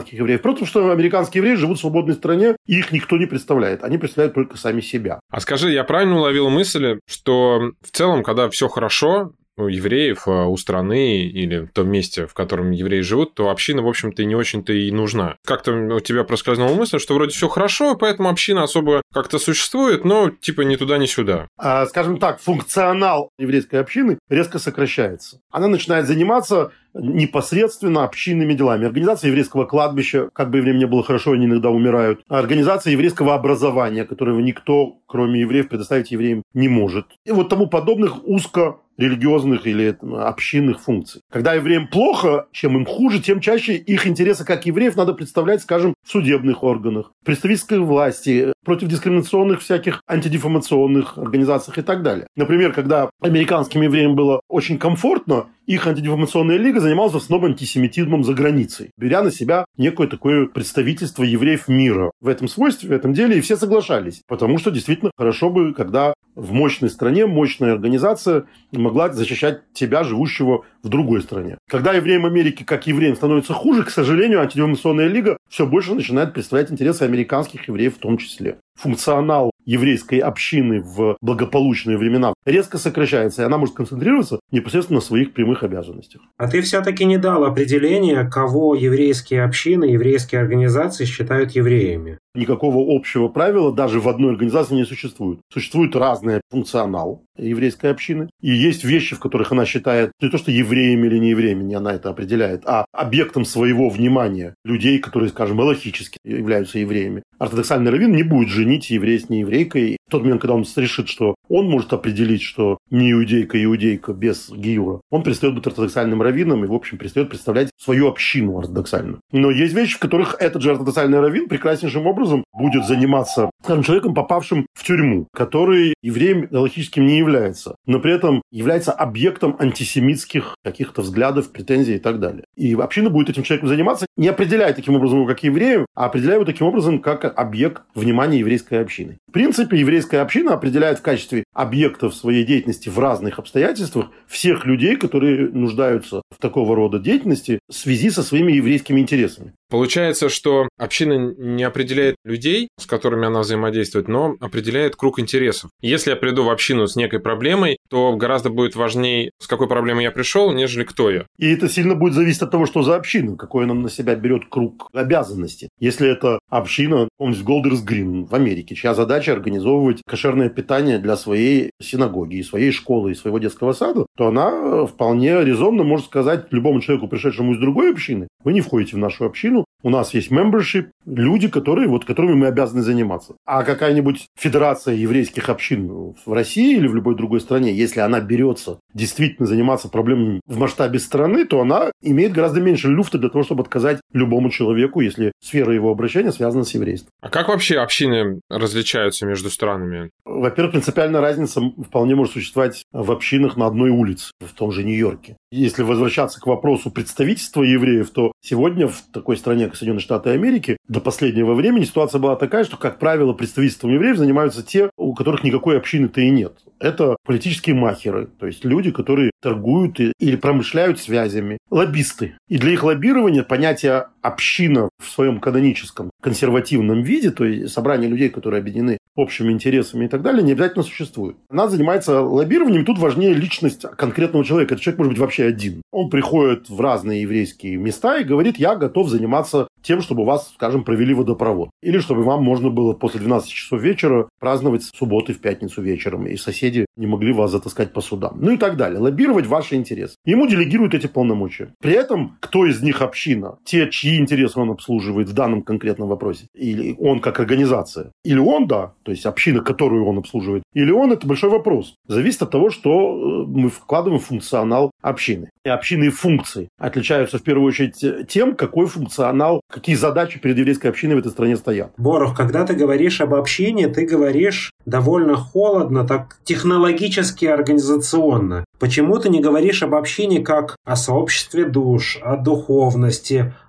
Просто что американские евреи живут в свободной стране, и их никто не представляет. Они представляют только сами себя. А скажи, я правильно уловил мысль, что в целом, когда все хорошо у евреев, у страны или в том месте, в котором евреи живут, то община, в общем-то, не очень-то и нужна. Как-то у тебя проскользнула мысль, что вроде все хорошо, поэтому община особо как-то существует, но типа ни туда, ни сюда. Скажем так, функционал еврейской общины резко сокращается. Она начинает заниматься непосредственно общинными делами. Организация еврейского кладбища, как бы евреям не было хорошо, они иногда умирают. Организация еврейского образования, которого никто, кроме евреев, предоставить евреям не может. И вот тому подобных узко-религиозных или общинных функций. Когда евреям плохо, чем им хуже, тем чаще их интересы как евреев надо представлять, скажем, в судебных органах, в представительской власти, против дискриминационных всяких антидефамационных организациях и так далее. Например, когда американским евреям было очень комфортно, их антидефамационная лига занималась в основном антисемитизмом за границей, беря на себя некое такое представительство евреев мира в этом свойстве, в этом деле, и все соглашались. Потому что действительно хорошо бы, когда в мощной стране мощная организация могла защищать тебя, живущего в другой стране. Когда евреям Америки, как евреям, становится хуже, к сожалению, антидефамационная лига все больше начинает представлять интересы американских евреев в том числе. Функционал еврейской общины в благополучные времена резко сокращается, и она может концентрироваться непосредственно на своих прямых обязанностях. А ты все-таки не дал определения, кого еврейские общины, еврейские организации считают евреями. Никакого общего правила даже в одной организации не существует. Существует разный функционал еврейской общины. И есть вещи, в которых она считает не то, что евреями или не евреями, не она это определяет, а объектом своего внимания людей, которые, скажем, галахически являются евреями. Ортодоксальный раввин не будет женить еврея с нееврейкой. В тот момент, когда он решит, что он может определить, что не иудейка без гиюра, он перестает быть ортодоксальным раввином и, в общем, перестает представлять свою общину ортодоксальную. Но есть вещи, в которых этот же ортодоксальный раввин прекраснейшим образом будет заниматься, скажем, человеком, попавшим в тюрьму, который евреем галахическим не является, но при этом является объектом антисемитских каких-то взглядов, претензий и так далее. И община будет этим человеком заниматься, не определяя таким образом его как евреем, а определяя его таким образом как объект внимания еврейской общины. В принципе, еврейская община определяет в качестве объектов своей деятельности в разных обстоятельствах всех людей, которые нуждаются в такого рода деятельности в связи со своими еврейскими интересами. Получается, что община не определяет людей, с которыми она взаимодействует, но определяет круг интересов. Если я приду в общину с некой проблемой, то гораздо будет важнее, с какой проблемой я пришел, нежели кто я. И это сильно будет зависеть от того, что за община, какой она на себя берет круг обязанностей. Если это община, помните, Голдерс Грин в Америке, чья задача организовывать кошерное питание для своей синагоги, своей школы и своего детского сада, то она вполне резонно может сказать любому человеку, пришедшему из другой общины: вы не входите в нашу общину, у нас есть membership, люди, которыми мы обязаны заниматься. А какая-нибудь федерация еврейских общин в России или в любой другой стране, если она берется действительно заниматься проблемами в масштабе страны, то она имеет гораздо меньше люфта для того, чтобы отказать любому человеку, если сфера его обращения связана с еврейством. А как вообще общины различаются между странами? Во-первых, принципиальная разница вполне может существовать в общинах на одной улице, в том же Нью-Йорке. Если возвращаться к вопросу представительства евреев, то сегодня в такой стране, как Соединенные Штаты Америки, до последнего времени ситуация была такая, что, как правило, представительством евреев занимаются те, у которых никакой общины-то и нет. Это политические махеры, то есть люди, которые торгуют или промышляют связями, лоббисты. И для их лоббирования понятие «община» в своем каноническом консервативном виде, то есть собрание людей, которые объединены общими интересами и так далее, не обязательно существует. Она занимается лоббированием, и тут важнее личность конкретного человека. Этот человек может быть вообще один. Он приходит в разные еврейские места и говорит: я готов заниматься тем, чтобы вас, скажем, провели водопровод. Или чтобы вам можно было после 12 часов вечера праздновать субботы в пятницу вечером, и соседи не могли вас затаскать по судам. Ну и так далее. Лоббировать ваши интересы. Ему делегируют эти полномочия. При этом, кто из них община? Те, чьи интересы он обслуживает в данном конкретном вопросе? Или он как организация? Или он, да, то есть община, которую он обслуживает? Или он — это большой вопрос. Зависит от того, что мы вкладываем в функционал общины. И общинные функции отличаются в первую очередь тем, какой функционал, какие задачи перед еврейской общиной в этой стране стоят. Борух, когда ты говоришь об общине, ты говоришь довольно холодно, так технологически, организационно. Почему ты не говоришь об общине как о сообществе душ, о духовности,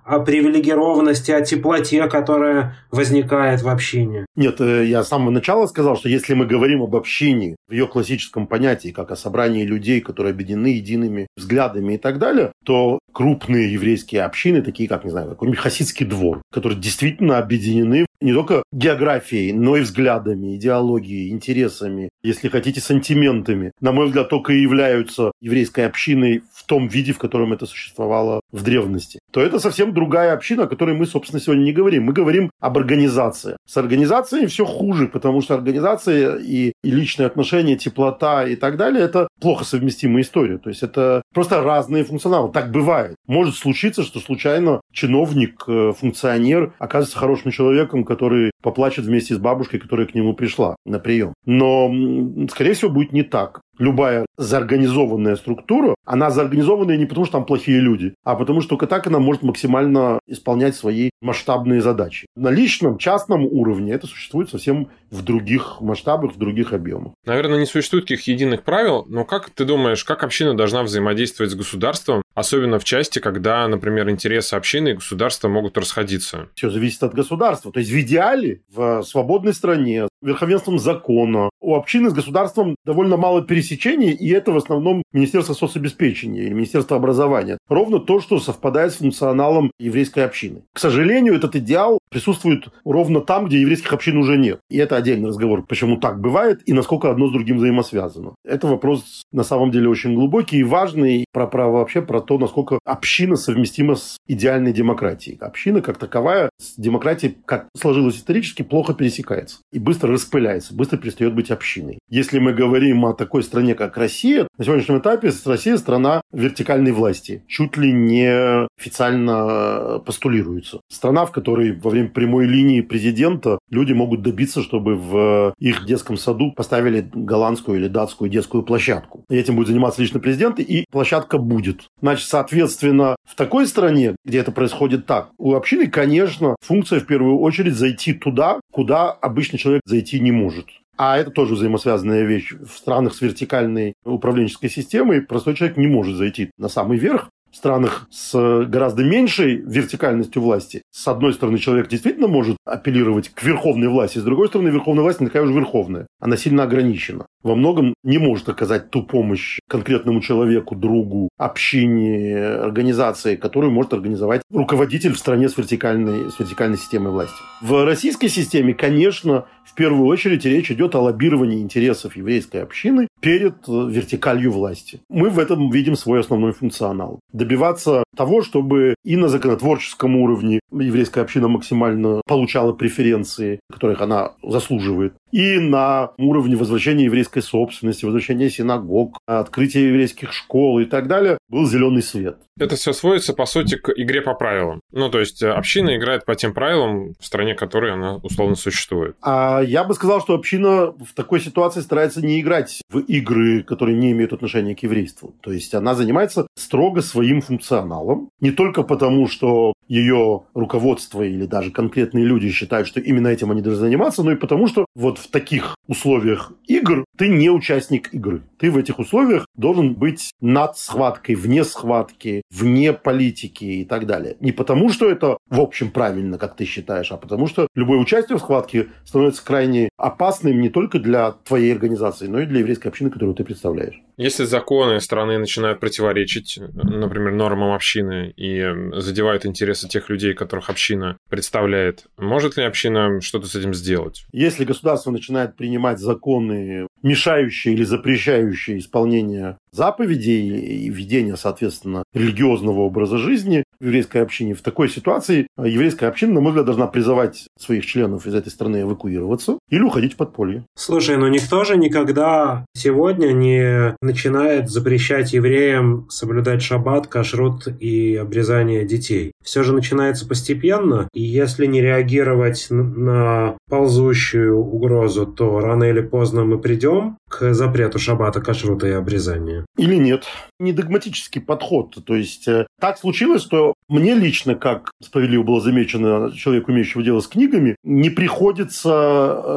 о привилегированности, о теплоте, которая возникает в общине. Нет, я с самого начала сказал, что если мы говорим об общине в ее классическом понятии, как о собрании людей, которые объединены едиными взглядами и так далее, то крупные еврейские общины, такие как, не знаю, какой-нибудь хасидский двор, которые действительно объединены не только географией, но и взглядами, идеологией, интересами, если хотите, сантиментами, на мой взгляд, только и являются еврейской общиной в том виде, в котором это существовало в древности, то это совсем другая община, о которой мы, собственно, сегодня не говорим. Мы говорим об организации. С организацией все хуже, потому что организация и личные отношения, теплота и так далее – это плохо совместимая история. То есть это просто разные функционалы. Так бывает. Может случиться, что случайно чиновник, функционер окажется хорошим человеком, который поплачет вместе с бабушкой, которая к нему пришла на прием. Но, скорее всего, будет не так. Любая заорганизованная структура, она заорганизованная не потому, что там плохие люди, а потому, что только так она может максимально исполнять свои масштабные задачи. На личном, частном уровне это существует совсем в других масштабах, в других объемах. Наверное, не существует таких единых правил, но как ты думаешь, как община должна взаимодействовать с государством, особенно в части, когда, например, интересы общины и государства могут расходиться? Все зависит от государства. То есть в идеале, в свободной стране, верховенством закона, у общины с государством довольно мало пересечений, и это в основном Министерство соцобеспечения или Министерство образования. Ровно то, что совпадает с функционалом еврейской общины. К сожалению, этот идеал присутствует ровно там, где еврейских общин уже нет. И это отдельный разговор, почему так бывает и насколько одно с другим взаимосвязано. Это вопрос на самом деле очень глубокий и важный вообще про то, насколько община совместима с идеальной демократией. Община как таковая с демократией, как сложилось исторически, плохо пересекается и быстро распыляется, быстро перестает быть общиной. Если мы говорим о такой стране, как Россия, на сегодняшнем этапе Россия страна вертикальной власти, чуть ли не официально постулируется. Страна, в которой во время прямой линии президента люди могут добиться, чтобы в их детском саду поставили голландскую или датскую детскую площадку. И этим будет заниматься лично президент, и площадка будет. Значит, соответственно, в такой стране, где это происходит так, у общины, конечно, функция в первую очередь зайти туда, куда обычный человек зайти не может. А это тоже взаимосвязанная вещь. В странах с вертикальной управленческой системой простой человек не может зайти на самый верх. В странах с гораздо меньшей вертикальностью власти, с одной стороны, человек действительно может апеллировать к верховной власти, с другой стороны, верховная власть не такая уж верховная. Она сильно ограничена. Во многом не может оказать ту помощь конкретному человеку, другу, общине, организации, которую может организовать руководитель в стране с вертикальной системой власти. В российской системе, конечно, в первую очередь речь идет о лоббировании интересов еврейской общины перед вертикалью власти. Мы в этом видим свой основной функционал. Добиваться того, чтобы и на законотворческом уровне еврейская община максимально получала преференции, которых она заслуживает, и на уровне возвращения еврейской собственности, возвращения синагог, открытия еврейских школ и так далее, был зеленый свет. Это все сводится, по сути, к игре по правилам. Ну, то есть, община играет по тем правилам, в стране которой она условно существует. А я бы сказал, что община в такой ситуации старается не играть в игры, которые не имеют отношения к еврейству. То есть, она занимается строго своим функционалом. Не только потому, что ее руководство или даже конкретные люди считают, что именно этим они должны заниматься, но и потому, что вот в таких условиях игр ты не участник игры. Ты в этих условиях должен быть над схваткой, вне схватки, вне политики и так далее. Не потому, что это в общем правильно, как ты считаешь, а потому, что любое участие в схватке становится крайне опасным не только для твоей организации, но и для еврейской общины, которую ты представляешь. Если законы страны начинают противоречить, например, нормам общины и задевают интересы тех людей, которых община представляет, может ли община что-то с этим сделать? Если государство начинает принимать законы, мешающие или запрещающие исполнение заповедей и ведение, соответственно, религиозного образа жизни в еврейской общине, в такой ситуации еврейская община, на мой взгляд, должна призывать своих членов из этой страны эвакуироваться или уходить в подполье. Слушай, но никто же никогда сегодня не начинает запрещать евреям соблюдать шаббат, кашрут и обрезание детей. Все же начинается постепенно, и если не реагировать на ползущую угрозу, то рано или поздно мы придем к запрету шаббата, кашрута и обрезания. Или нет. Не догматический подход. То есть так случилось, что мне лично, как справедливо было замечено человеку, имеющего дело с книгами, не приходится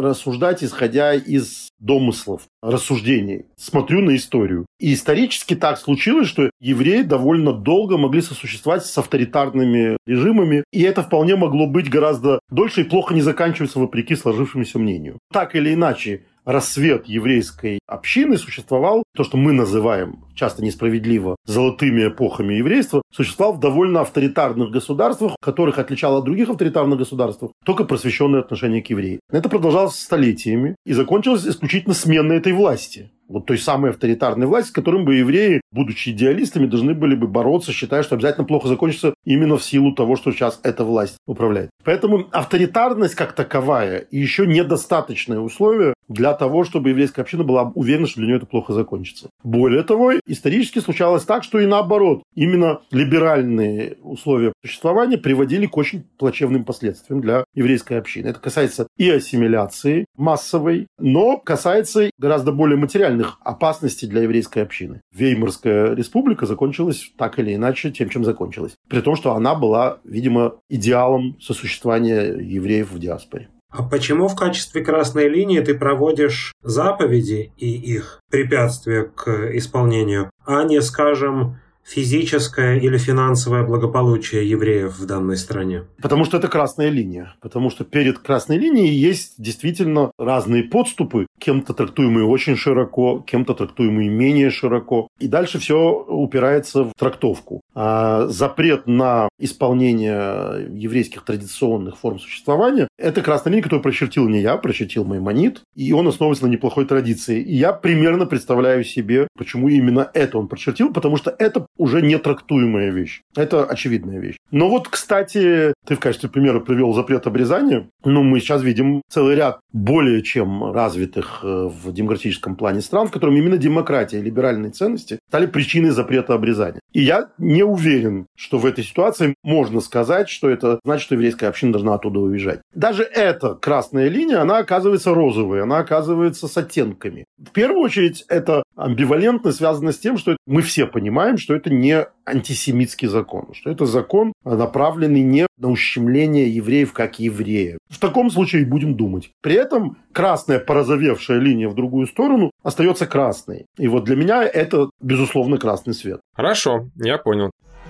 рассуждать, исходя из домыслов, рассуждений. Смотрю на историю. И исторически так случилось, что евреи довольно долго могли сосуществовать с авторитарными режимами, и это вполне могло быть гораздо дольше и плохо не заканчиваться вопреки сложившемуся мнению. Так или иначе, рассвет еврейской общины существовал, то, что мы называем часто несправедливо золотыми эпохами еврейства, существовал в довольно авторитарных государствах, которых отличало от других авторитарных государств только просвещенное отношение к евреям. Это продолжалось столетиями и закончилось исключительно сменой этой власти. Вот той самой авторитарной власти, с которым бы евреи, будучи идеалистами, должны были бы бороться, считая, что обязательно плохо закончится именно в силу того, что сейчас эта власть управляет. Поэтому авторитарность как таковая еще недостаточное условие для того, чтобы еврейская община была уверена, что для нее это плохо закончится. Более того, исторически случалось так, что и наоборот. Именно либеральные условия существования приводили к очень плачевным последствиям для еврейской общины. Это касается и ассимиляции массовой, но касается гораздо более материальных опасностей для еврейской общины. Веймарская республика закончилась так или иначе тем, чем закончилась. При том, что она была, видимо, идеалом сосуществования евреев в диаспоре. А почему в качестве красной линии ты проводишь заповеди и их препятствия к исполнению, а не, скажем, физическое или финансовое благополучие евреев в данной стране? Потому что это красная линия. Потому что перед красной линией есть действительно разные подступы, кем-то трактуемые очень широко, кем-то трактуемые менее широко. И дальше все упирается в трактовку. А запрет на исполнение еврейских традиционных форм существования – это красная линия, которую прочертил не я, прочертил Маймонид, и он основывается на неплохой традиции. И я примерно представляю себе, почему именно это он прочертил, потому что это уже не трактуемая вещь. Это очевидная вещь. Но вот, кстати, ты в качестве примера привел запрет обрезания. Мы сейчас видим целый ряд более чем развитых в демократическом плане стран, в котором именно демократия и либеральные ценности стали причиной запрета обрезания. И я не уверен, что в этой ситуации можно сказать, что это значит, что еврейская община должна оттуда уезжать. Даже эта красная линия, она оказывается розовой, она оказывается с оттенками. В первую очередь, это амбивалентно связано с тем, что мы все понимаем, что это не антисемитский закон, что это закон, направленный не на ущемление евреев как евреев. В таком случае будем думать. При этом красная порозовевшая линия в другую сторону остается красной. И вот для меня это, безусловно, красный свет. Хорошо, я понял.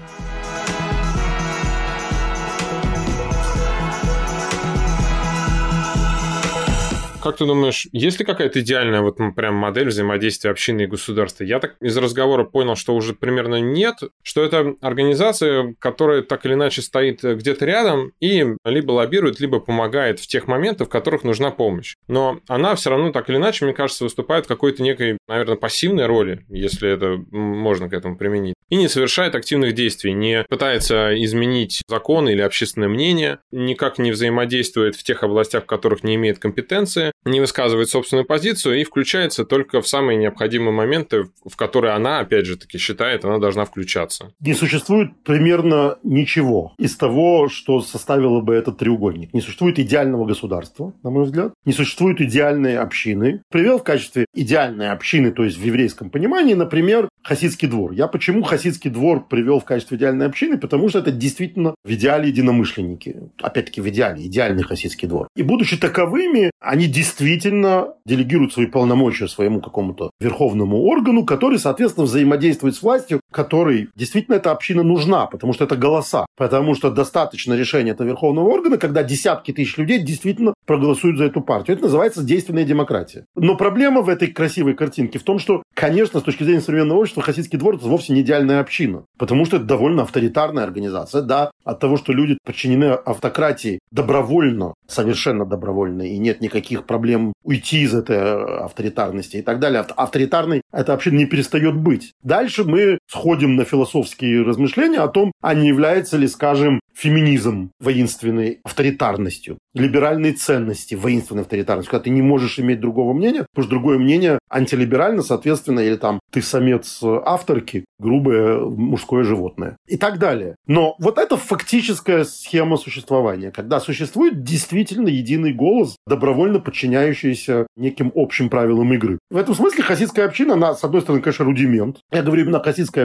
Как ты думаешь, есть ли какая-то идеальная прям модель взаимодействия общины и государства? Я так из разговора понял, что уже примерно нет, что это организация, которая так или иначе стоит где-то рядом и либо лоббирует, либо помогает в тех моментах, в которых нужна помощь. Но она все равно так или иначе, мне кажется, выступает в какой-то некой, наверное, пассивной роли, если это можно к этому применить, и не совершает активных действий, не пытается изменить законы или общественное мнение, никак не взаимодействует в тех областях, в которых не имеет компетенции, не высказывает собственную позицию и включается только в самые необходимые моменты, в которые она, опять же таки, считает, она должна включаться. Не существует примерно ничего из того, что составило бы этот треугольник. Не существует идеального государства, на мой взгляд. Не существует идеальной общины. Привел в качестве идеальной общины, то есть в еврейском понимании, например, Хасидский двор. Я почему Хасидский двор привел в качестве идеальной общины? Потому что это действительно в идеале единомышленники. Опять-таки в идеале, идеальный Хасидский двор. И будучи таковыми, они действительно делегируют свои полномочия своему какому-то верховному органу, который, соответственно, взаимодействует с властью, которой действительно эта община нужна, потому что это голоса. Потому что достаточно решения этого верховного органа, когда десятки тысяч людей действительно проголосуют за эту партию. Это называется действенная демократия. Но проблема в этой красивой картинке в том, что, конечно, с точки зрения современного общества, Хасидский двор – это вовсе не идеальная община, потому что это довольно авторитарная организация. Да, от того, что люди подчинены автократии добровольно, совершенно добровольно, и нет никаких проблем уйти из этой авторитарности и так далее. Авторитарной эта община не перестает быть. Дальше мы сходим на философские размышления о том, а не является ли, скажем, феминизм воинственной авторитарностью, либеральные ценности воинственной авторитарностью, когда ты не можешь иметь другого мнения, потому что другое мнение антилиберально, соответственно, или там ты самец авторки, грубое мужское животное и так далее. Но вот это фактическая схема существования, когда существует действительно единый голос, добровольно подчиняющийся неким общим правилам игры. В этом смысле хасидская община, она, с одной стороны, конечно, рудимент. Я говорю именно о хасидской общине,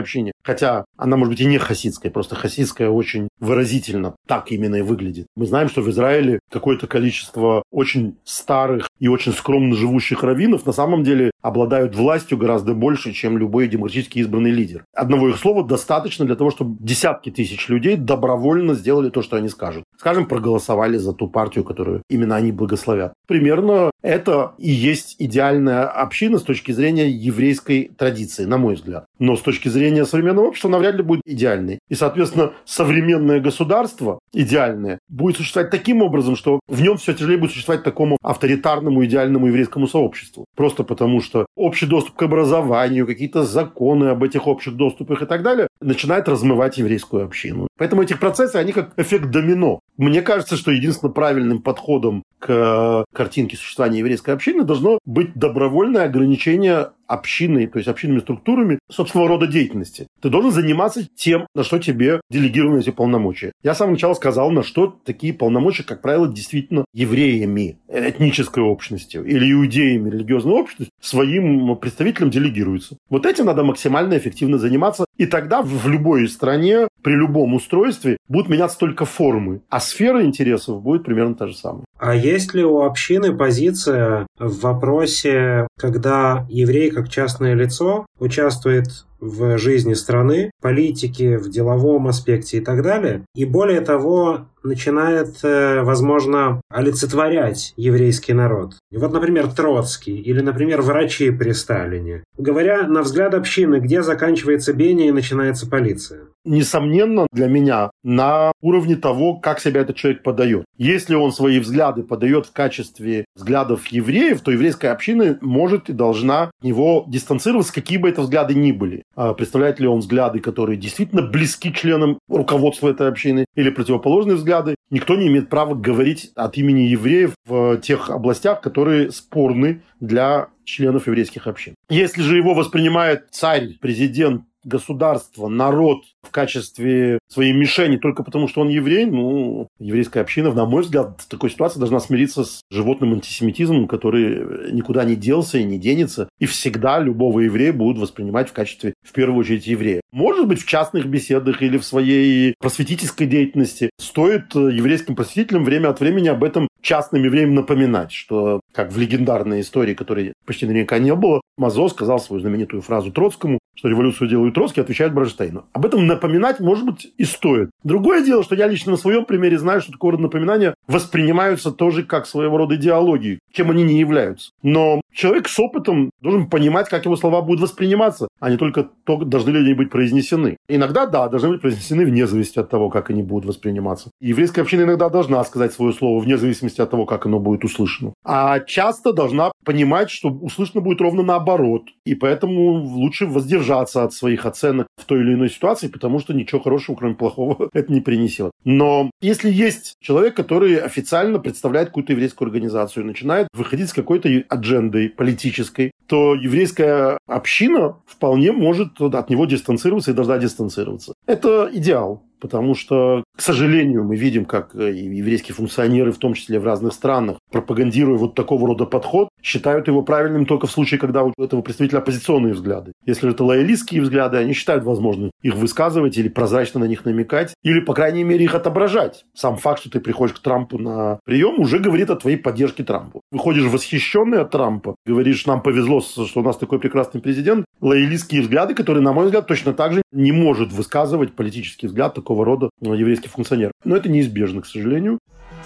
общине, хотя она, может быть, и не хасидская, просто хасидская очень выразительно так именно и выглядит. Мы знаем, что в Израиле какое-то количество очень старых и очень скромно живущих раввинов на самом деле обладают властью гораздо больше, чем любой демократически избранный лидер. Одного их слова достаточно для того, чтобы десятки тысяч людей добровольно сделали то, что они скажут. Скажем, проголосовали за ту партию, которую именно они благословят. Примерно это и есть идеальная община с точки зрения еврейской традиции, на мой взгляд. Но с точки зрения современного общества навряд ли будет идеальной. И, соответственно, современное государство идеальное будет существовать таким образом, что в нем все тяжелее будет существовать такому авторитарному идеальному еврейскому сообществу. Просто потому, что общий доступ к образованию, какие-то законы об этих общих доступах и так далее начинают размывать еврейскую общину. Поэтому этих процессов, они как эффект домино. Мне кажется, что единственно правильным подходом к картинке существования еврейской общины должно быть добровольное ограничение общиной, то есть общинными структурами собственного рода деятельности. Ты должен заниматься тем, на что тебе делегированы эти полномочия. Я с самого начала сказал, на что такие полномочия, как правило, действительно евреями, этнической общностью или иудеями, религиозной общностью своим представителям делегируются. Вот этим надо максимально эффективно заниматься, и тогда в любой стране, при любом устройстве будут меняться только формы, а сфера интересов будет примерно та же самая. А есть ли у общины позиция в вопросе, когда еврей как частное лицо участвует в жизни страны, политике, в деловом аспекте и так далее, и более того, начинает, возможно, олицетворять еврейский народ. Вот, например, Троцкий или, например, врачи при Сталине. Говоря на взгляд общины, где заканчивается бение и начинается полиция? Несомненно, для меня на уровне того, как себя этот человек подает. Если он свои взгляды подает в качестве взглядов евреев, то еврейская община может и должна от него дистанцироваться, какие бы это взгляды ни были. Представляет ли он взгляды, которые действительно близки членам руководства этой общины, или противоположные взгляды? Никто не имеет права говорить от имени евреев в тех областях, которые спорны для членов еврейских общин. Если же его воспринимает царь, президент, государство, народ в качестве своей мишени только потому, что он еврей, еврейская община, на мой взгляд, в такой ситуации должна смириться с животным антисемитизмом, который никуда не делся и не денется, и всегда любого еврея будут воспринимать в качестве, в первую очередь, еврея. Может быть, в частных беседах или в своей просветительской деятельности стоит еврейским просветителям время от времени об этом частным евреям напоминать, что, как в легендарной истории, которой почти наверняка не было, Мазо сказал свою знаменитую фразу Троцкому, что революцию делают Троцкий, отвечает Бронштейну. Об этом напоминать, может быть, и стоит. Другое дело, что я лично на своем примере знаю, что такого рода напоминания воспринимаются тоже как своего рода идеологии, чем они не являются. Но человек с опытом должен понимать, как его слова будут восприниматься, а не только то, должны ли они быть произнесены. Иногда, да, должны быть произнесены вне зависимости от того, как они будут восприниматься. И еврейская община иногда должна сказать свое слово вне зависимости от того, как оно будет услышано. А часто должна понимать, что услышано будет ровно наоборот. И поэтому лучше воздержаться от своих оценок в той или иной ситуации, потому что ничего хорошего, кроме плохого, это не принесет. Но если есть человек, который официально представляет какую-то еврейскую организацию, начинает выходить с какой-то аджендой политической, то еврейская община вполне может от него дистанцироваться и должна дистанцироваться. Это идеал. Потому что, к сожалению, мы видим, как еврейские функционеры, в том числе в разных странах, пропагандируя вот такого рода подход, считают его правильным только в случае, когда у этого представителя оппозиционные взгляды. Если это лоялистские взгляды, они считают возможным их высказывать или прозрачно на них намекать, или, по крайней мере, их отображать. Сам факт, что ты приходишь к Трампу на прием, уже говорит о твоей поддержке Трампу. Выходишь восхищенный от Трампа, говоришь, нам повезло, что у нас такой прекрасный президент. Лоялистские взгляды, которые, на мой взгляд, точно так же не может высказывать политический взгляд такого рода еврейский функционер. Но это неизбежно, к сожалению.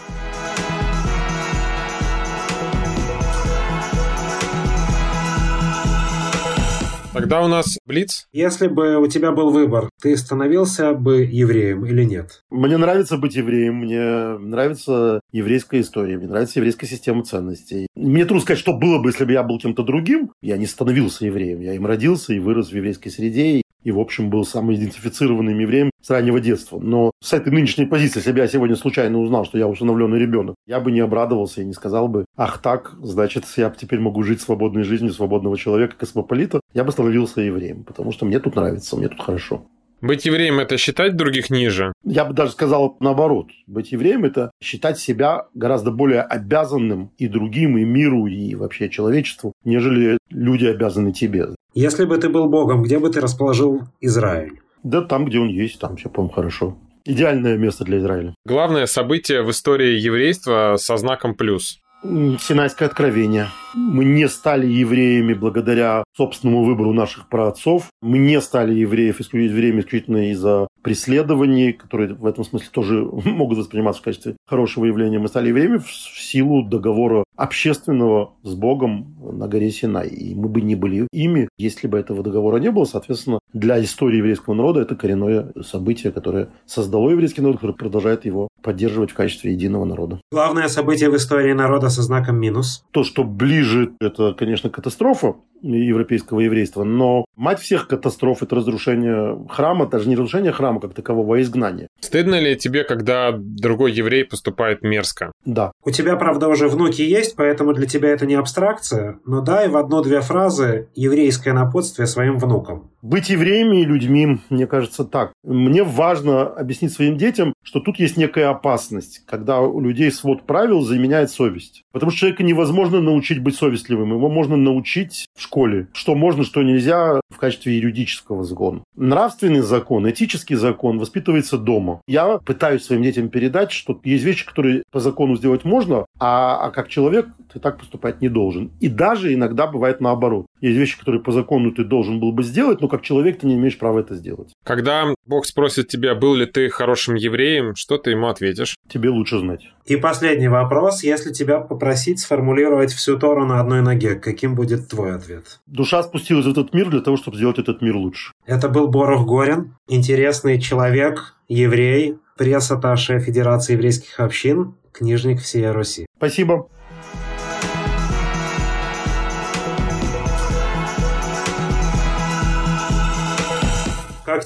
Тогда у нас блиц. Если бы у тебя был выбор, ты становился бы евреем или нет? Мне нравится быть евреем, мне нравится еврейская история, мне нравится еврейская система ценностей. Мне трудно сказать, что было бы, если бы я был кем-то другим. Я не становился евреем, я им родился и вырос в еврейской среде, и, в общем, был самоидентифицированным евреем с раннего детства. Но с этой нынешней позиции, если бы я сегодня случайно узнал, что я усыновленный ребенок, я бы не обрадовался и не сказал бы, ах так, значит, я теперь могу жить свободной жизнью свободного человека, космополита. Я бы становился евреем, потому что мне тут нравится, мне тут хорошо. Быть евреем – это считать других ниже? Я бы даже сказал наоборот. Быть евреем – это считать себя гораздо более обязанным и другим, и миру, и вообще человечеству, нежели люди обязаны тебе. Если бы ты был Богом, где бы ты расположил Израиль? Да там, где он есть, там все, по-моему, хорошо. Идеальное место для Израиля. Главное событие в истории еврейства со знаком плюс. Синайское откровение. Мы не стали евреями благодаря собственному выбору наших праотцов. Мы не стали евреями исключительно из-за преследований, которые в этом смысле тоже могут восприниматься в качестве хорошего явления. Мы стали евреями в силу договора общественного с Богом на горе Синай. И мы бы не были ими, если бы этого договора не было. Соответственно, для истории еврейского народа это коренное событие, которое создало еврейский народ, которое продолжает его поддерживать в качестве единого народа. Главное событие в истории народа со знаком минус. То, что ближе, это, конечно, катастрофа европейского еврейства, но мать всех катастроф – это разрушение храма, даже не разрушение храма как такового, а изгнание. Стыдно ли тебе, когда другой еврей поступает мерзко? Да. У тебя, правда, уже внуки есть, поэтому для тебя это не абстракция, но дай в одну-две фразы еврейское напутствие своим внукам. Быть евреями и людьми, мне кажется, так. Мне важно объяснить своим детям, что тут есть некая опасность, когда у людей свод правил заменяет совесть. Потому что человека невозможно научить быть совестливым, его можно научить в школе, что можно, что нельзя в качестве юридического закона. Нравственный закон, этический закон воспитывается дома. Я пытаюсь своим детям передать, что есть вещи, которые по закону сделать можно, а как человек ты так поступать не должен. И даже иногда бывает наоборот. Есть вещи, которые по закону ты должен был бы сделать, но как человек ты не имеешь права это сделать. Когда Бог спросит тебя, был ли ты хорошим евреем, что ты ему ответишь? Тебе лучше знать. И последний вопрос. Если тебя попросить сформулировать всю Тору на одной ноге, каким будет твой ответ? Душа спустилась в этот мир для того, чтобы сделать этот мир лучше. Это был Борух Горин, интересный человек, еврей, пресс-атташе Федерации еврейских общин, книжник всей Руси. Спасибо. Как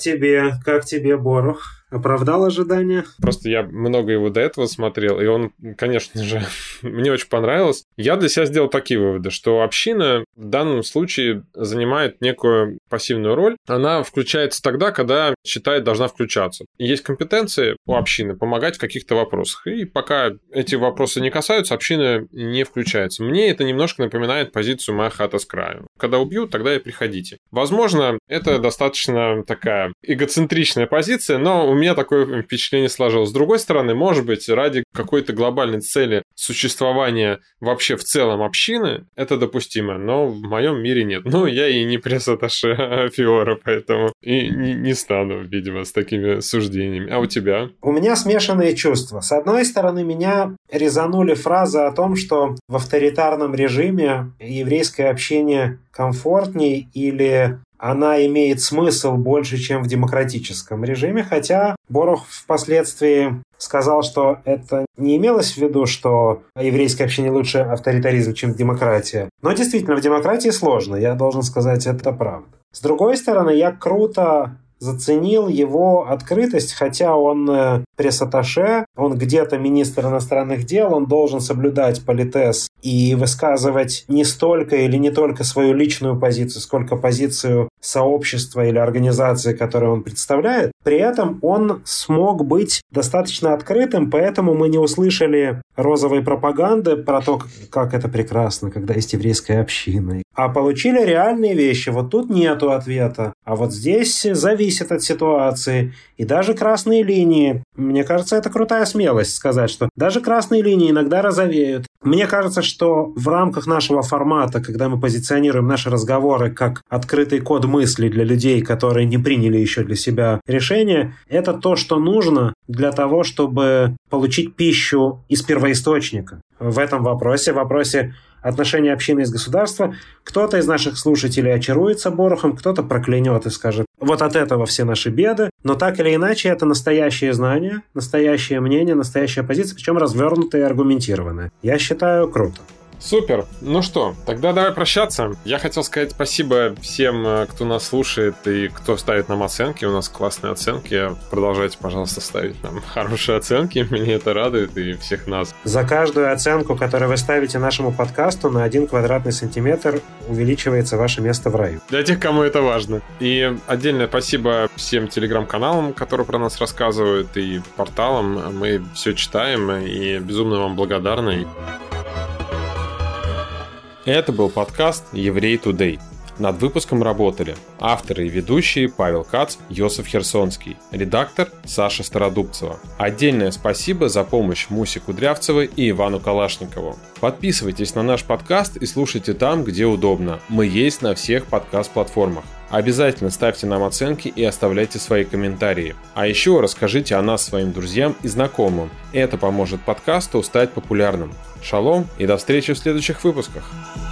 тебе, Борух? Оправдал ожидания? Просто я много его до этого смотрел, и он, конечно же, мне очень понравилось. Я для себя сделал такие выводы, что община в данном случае занимает некую пассивную роль. Она включается тогда, когда считает, должна включаться. И есть компетенции у общины помогать в каких-то вопросах. И пока эти вопросы не касаются, община не включается. Мне это немножко напоминает позицию «Моя хата с краю». Когда убьют, тогда и приходите. Возможно, это достаточно такая эгоцентричная позиция, но у меня такое впечатление сложилось. С другой стороны, может быть, ради какой-то глобальной цели существования вообще в целом общины это допустимо, но в моем мире нет. Ну, я и не пресс-атташе Фиора, поэтому и не стану, видимо, с такими суждениями. А у тебя? У меня смешанные чувства. С одной стороны, меня резанули фразы о том, что в авторитарном режиме еврейское общение комфортней или она имеет смысл больше, чем в демократическом режиме, хотя Борух впоследствии сказал, что это не имелось в виду, что еврейское общение лучше авторитаризм, чем демократия. Но действительно, в демократии сложно, я должен сказать, это правда. С другой стороны, я круто заценил его открытость, хотя он пресс-атташе, он где-то министр иностранных дел, он должен соблюдать политез и высказывать не столько или не только свою личную позицию, сколько позицию сообщества или организации, которую он представляет. При этом он смог быть достаточно открытым, поэтому мы не услышали розовой пропаганды про то, как это прекрасно, когда есть еврейская община. А получили реальные вещи. Вот тут нету ответа. А вот здесь зависит от ситуации. И даже красные линии. Мне кажется, это крутая смелость сказать, что даже красные линии иногда розовеют. Мне кажется, что в рамках нашего формата, когда мы позиционируем наши разговоры как открытый код мысли для людей, которые не приняли еще для себя решение, это то, что нужно для того, чтобы получить пищу из первоисточника. В этом вопросе отношения общины и государства, кто-то из наших слушателей очаруется Борухом, кто-то проклянет и скажет, вот от этого все наши беды, но так или иначе это настоящее знание, настоящее мнение, настоящая позиция, причем развернутая и аргументированная. Я считаю, круто. Супер. Ну что, тогда давай прощаться. Я хотел сказать спасибо всем, кто нас слушает и кто ставит нам оценки. У нас классные оценки. Продолжайте, пожалуйста, ставить нам хорошие оценки. Меня это радует и всех нас. За каждую оценку, которую вы ставите нашему подкасту, на 1 квадратный сантиметр увеличивается ваше место в раю. Для тех, кому это важно. И отдельное спасибо всем телеграм-каналам, которые про нас рассказывают, и порталам. Мы все читаем и безумно вам благодарны. Это был подкаст «Еврей Today». Над выпуском работали авторы и ведущие Павел Кац, Йосиф Херсонский, редактор Саша Стародубцева. Отдельное спасибо за помощь Мусе Кудрявцевой и Ивану Калашникову. Подписывайтесь на наш подкаст и слушайте там, где удобно. Мы есть на всех подкаст-платформах. Обязательно ставьте нам оценки и оставляйте свои комментарии. А еще расскажите о нас своим друзьям и знакомым. Это поможет подкасту стать популярным. Шалом и до встречи в следующих выпусках.